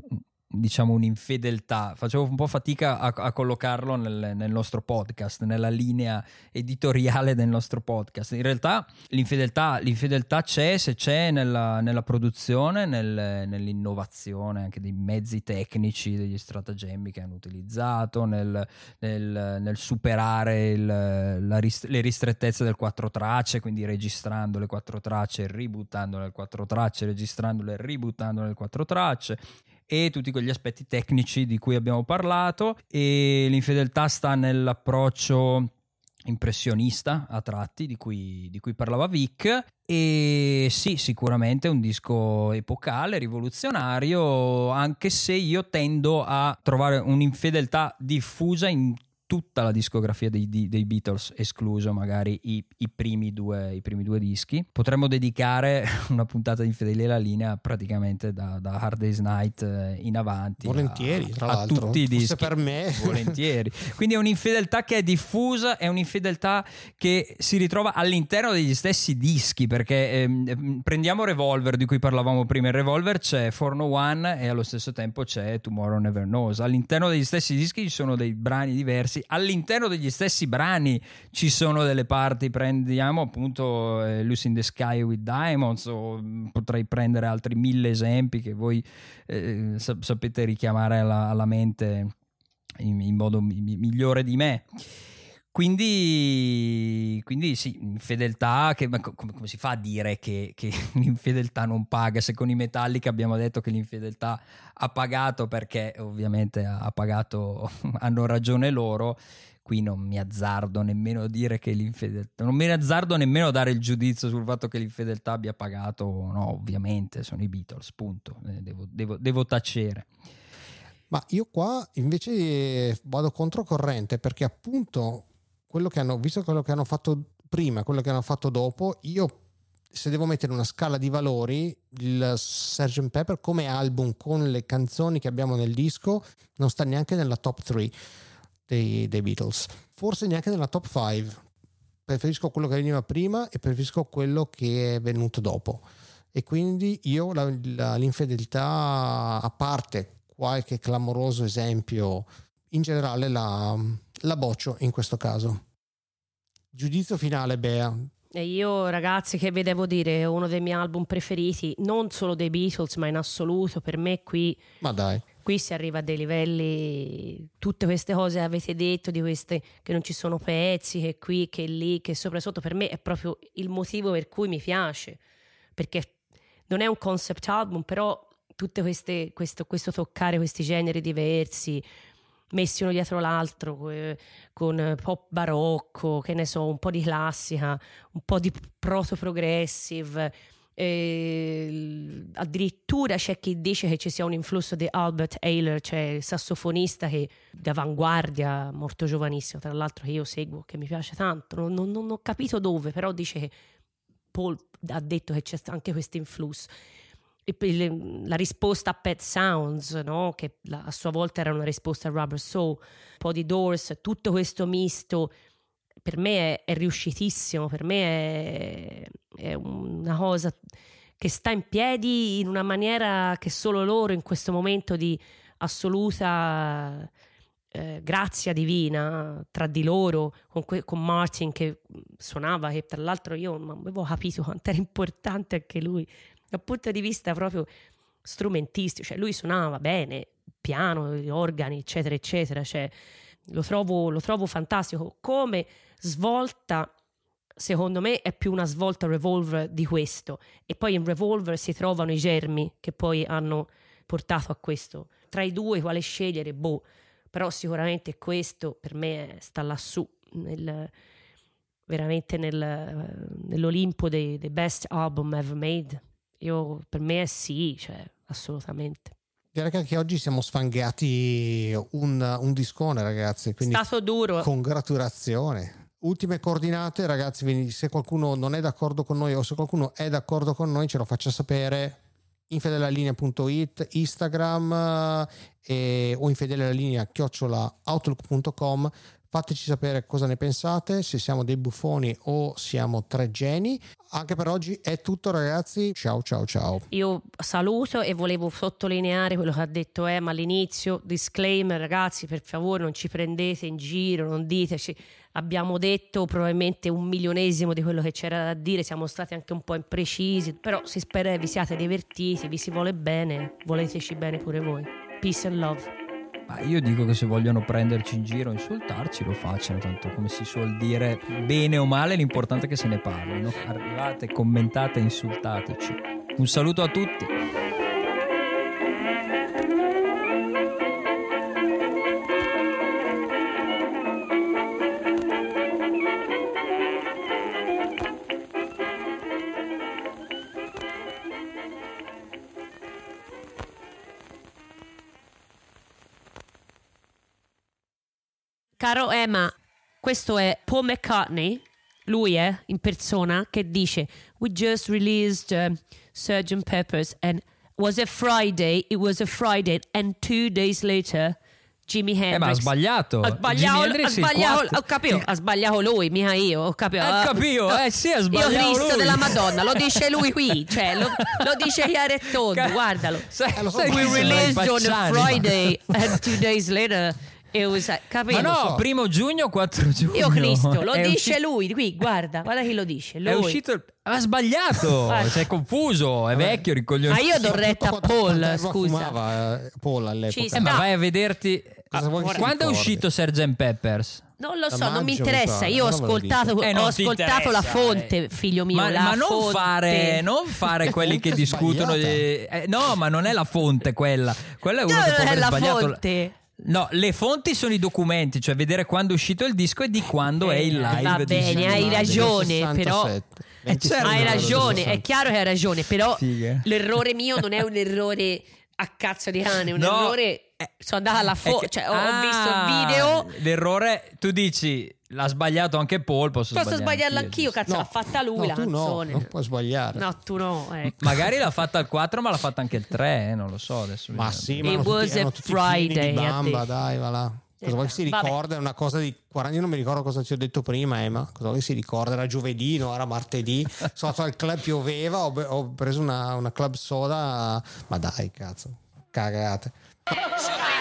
diciamo un'infedeltà, facevo un po' fatica a collocarlo nel nostro podcast, nella linea editoriale del nostro podcast. In realtà l'infedeltà c'è, se c'è nella produzione, nell'innovazione anche dei mezzi tecnici, degli stratagemmi che hanno utilizzato, nel superare le ristrettezze del 4 tracce, quindi registrando le 4 tracce, ributtando le 4 tracce, registrandole, ributtando le 4 tracce, e tutti quegli aspetti tecnici di cui abbiamo parlato. E l'infedeltà sta nell'approccio impressionista a tratti di cui parlava Vic. E sì, sicuramente è un disco epocale, rivoluzionario, anche se io tendo a trovare un'infedeltà diffusa in tutta la discografia dei Beatles, escluso magari i primi due dischi. Potremmo dedicare una puntata di Infedeli alla linea praticamente da Hard Day's Night in avanti, volentieri, tra l'altro, tutti i dischi, per me volentieri. Quindi è un'infedeltà che è diffusa, è un'infedeltà che si ritrova all'interno degli stessi dischi, perché prendiamo Revolver, di cui parlavamo prima. In Revolver c'è 401 e allo stesso tempo c'è Tomorrow Never Knows. All'interno degli stessi dischi ci sono dei brani diversi, all'interno degli stessi brani ci sono delle parti. Prendiamo appunto Lucy in the Sky with Diamonds, o potrei prendere altri 1000 esempi che voi sapete richiamare alla mente in modo migliore di me. Quindi sì, infedeltà, come si fa a dire che l'infedeltà non paga? Se con i Metallica abbiamo detto che l'infedeltà ha pagato, perché ovviamente ha pagato, hanno ragione loro, qui non mi azzardo nemmeno a dire che l'infedeltà, non mi azzardo nemmeno a dare il giudizio sul fatto che l'infedeltà abbia pagato, no, ovviamente sono i Beatles, punto, devo tacere. Ma io qua invece vado controcorrente, perché appunto visto quello che hanno fatto prima, quello che hanno fatto dopo, io, se devo mettere una scala di valori, il Sgt. Pepper come album, con le canzoni che abbiamo nel disco, non sta neanche nella top 3 dei Beatles, forse neanche nella top 5. Preferisco quello che veniva prima e preferisco quello che è venuto dopo, e quindi io l'infedeltà, a parte qualche clamoroso esempio, in generale la boccio in questo caso. Giudizio finale, Bea. E io, ragazzi, che vi devo dire, è uno dei miei album preferiti, non solo dei Beatles ma in assoluto. Per me qui si arriva a dei livelli, tutte queste cose avete detto, di queste che non ci sono pezzi, che qui, che lì, che sopra e sotto, per me è proprio il motivo per cui mi piace, perché non è un concept album, però tutte questo toccare questi generi diversi messi uno dietro l'altro, con pop barocco, che ne so, un po' di classica, un po' di proto-progressive, addirittura c'è chi dice che ci sia un influsso di Albert Ayler, cioè sassofonista che di avanguardia, morto giovanissimo tra l'altro, che io seguo, che mi piace tanto, non ho capito dove, però dice che Paul ha detto che c'è anche questo influsso. La risposta a Pet Sounds, no? Che a sua volta era una risposta a Rubber Soul, un po' di Doors, tutto questo misto per me è riuscitissimo, per me è una cosa che sta in piedi in una maniera che solo loro, in questo momento di assoluta grazia divina tra di loro, con Martin che suonava, che tra l'altro io non avevo capito quanto era importante anche lui dal punto di vista proprio strumentistico, cioè lui suonava bene, piano, gli organi, eccetera, eccetera, cioè lo trovo fantastico. Come svolta, secondo me, è più una svolta Revolver di questo, e poi in Revolver si trovano i germi che poi hanno portato a questo. Tra i due quale scegliere? Però sicuramente questo per me sta lassù, veramente nell'Olimpo dei best album ever made. Per me è sì, cioè assolutamente. Direi che anche oggi siamo sfangati un discone, ragazzi, quindi stato duro. Congratulazioni. Ultime coordinate, ragazzi, se qualcuno non è d'accordo con noi o se qualcuno è d'accordo con noi ce lo faccia sapere. infedelalinea.it, Instagram o infedelalinea@outlook.com. Fateci sapere cosa ne pensate, se siamo dei buffoni o siamo tre geni. Anche per oggi è tutto, ragazzi. Ciao ciao ciao. Io saluto e volevo sottolineare quello che ha detto Emma all'inizio. Disclaimer, ragazzi, per favore non ci prendete in giro, non diteci. Abbiamo detto probabilmente 1.000.000esimo di quello che c'era da dire, siamo stati anche un po' imprecisi, però si spera che vi siate divertiti, vi si vuole bene, voleteci bene pure voi. Peace and love. Ma io dico che se vogliono prenderci in giro, insultarci, lo facciano, tanto come si suol dire, bene o male, l'importante è che se ne parli, no? Arrivate, commentate, insultateci. Un saluto a tutti. Caro Emma, questo è Paul McCartney, lui è in persona, che dice We just released Sgt. Pepper's and was a Friday, it was a Friday and 2 days later Jimi Hendrix. Ma ha sbagliato. Ho capito, ha sbagliato lui, mica io, ho capito. Sì, ha sbagliato Io Cristo lui. della Madonna, lo dice lui qui, cioè lo dice chiaro e tondo, guardalo. We released on a Friday and 2 days later it was, capito? Ma no, 1 giugno, 4 giugno. Io Cristo, lo dice lui, qui, guarda chi lo dice, lui. È uscito, ha sbagliato, si è confuso, è vecchio, ricoglione. Ma io do retta a Paul, Quanto scusa. fumava Paul all'epoca? Ci Ma vai a vederti. Cosa vuoi che si Quando è ricordi? uscito Sgt. Peppers? Non lo so, Da non mi maggio, interessa. mi Io ho pare, non me lo ascoltato, dico. ho Non ti ascoltato la interessa, fonte, figlio mio. la Ma non fonte. fare quelli che fonte discutono no, ma non è la fonte quella è uno No, che può non è aver la sbagliato fonte. No, le fonti sono i documenti, cioè vedere quando è uscito il disco e di quando è il live. Va di bene, Sgt. hai ragione, 67. però 27. certo. hai ragione, è chiaro che hai ragione, però Figa. l'errore mio non è un errore a cazzo di cane, è un No, errore. Sono andata alla cioè ho visto il video. L'errore, tu dici, l'ha sbagliato anche Paul, posso Sbagliarlo anch'io, cazzo, No, l'ha fatta lui la tu no, canzone. non puoi sbagliare. No, tu no, ecco. Magari l'ha fatta al 4, ma l'ha fatta anche il 3, non lo so adesso. Ma bisogna- sì, ma It was erano a tutti pieni Friday, di ha bamba, detto. dai, va là. Cosa vuoi che si Vabbè. ricorda? È una cosa di 40. Io non mi ricordo cosa ti ho detto prima, Emma. Cosa vuoi che si ricorda? Era giovedì, no? Era martedì. Sono stato al club, pioveva. Ho preso una club soda. Ma dai, cazzo, cagate.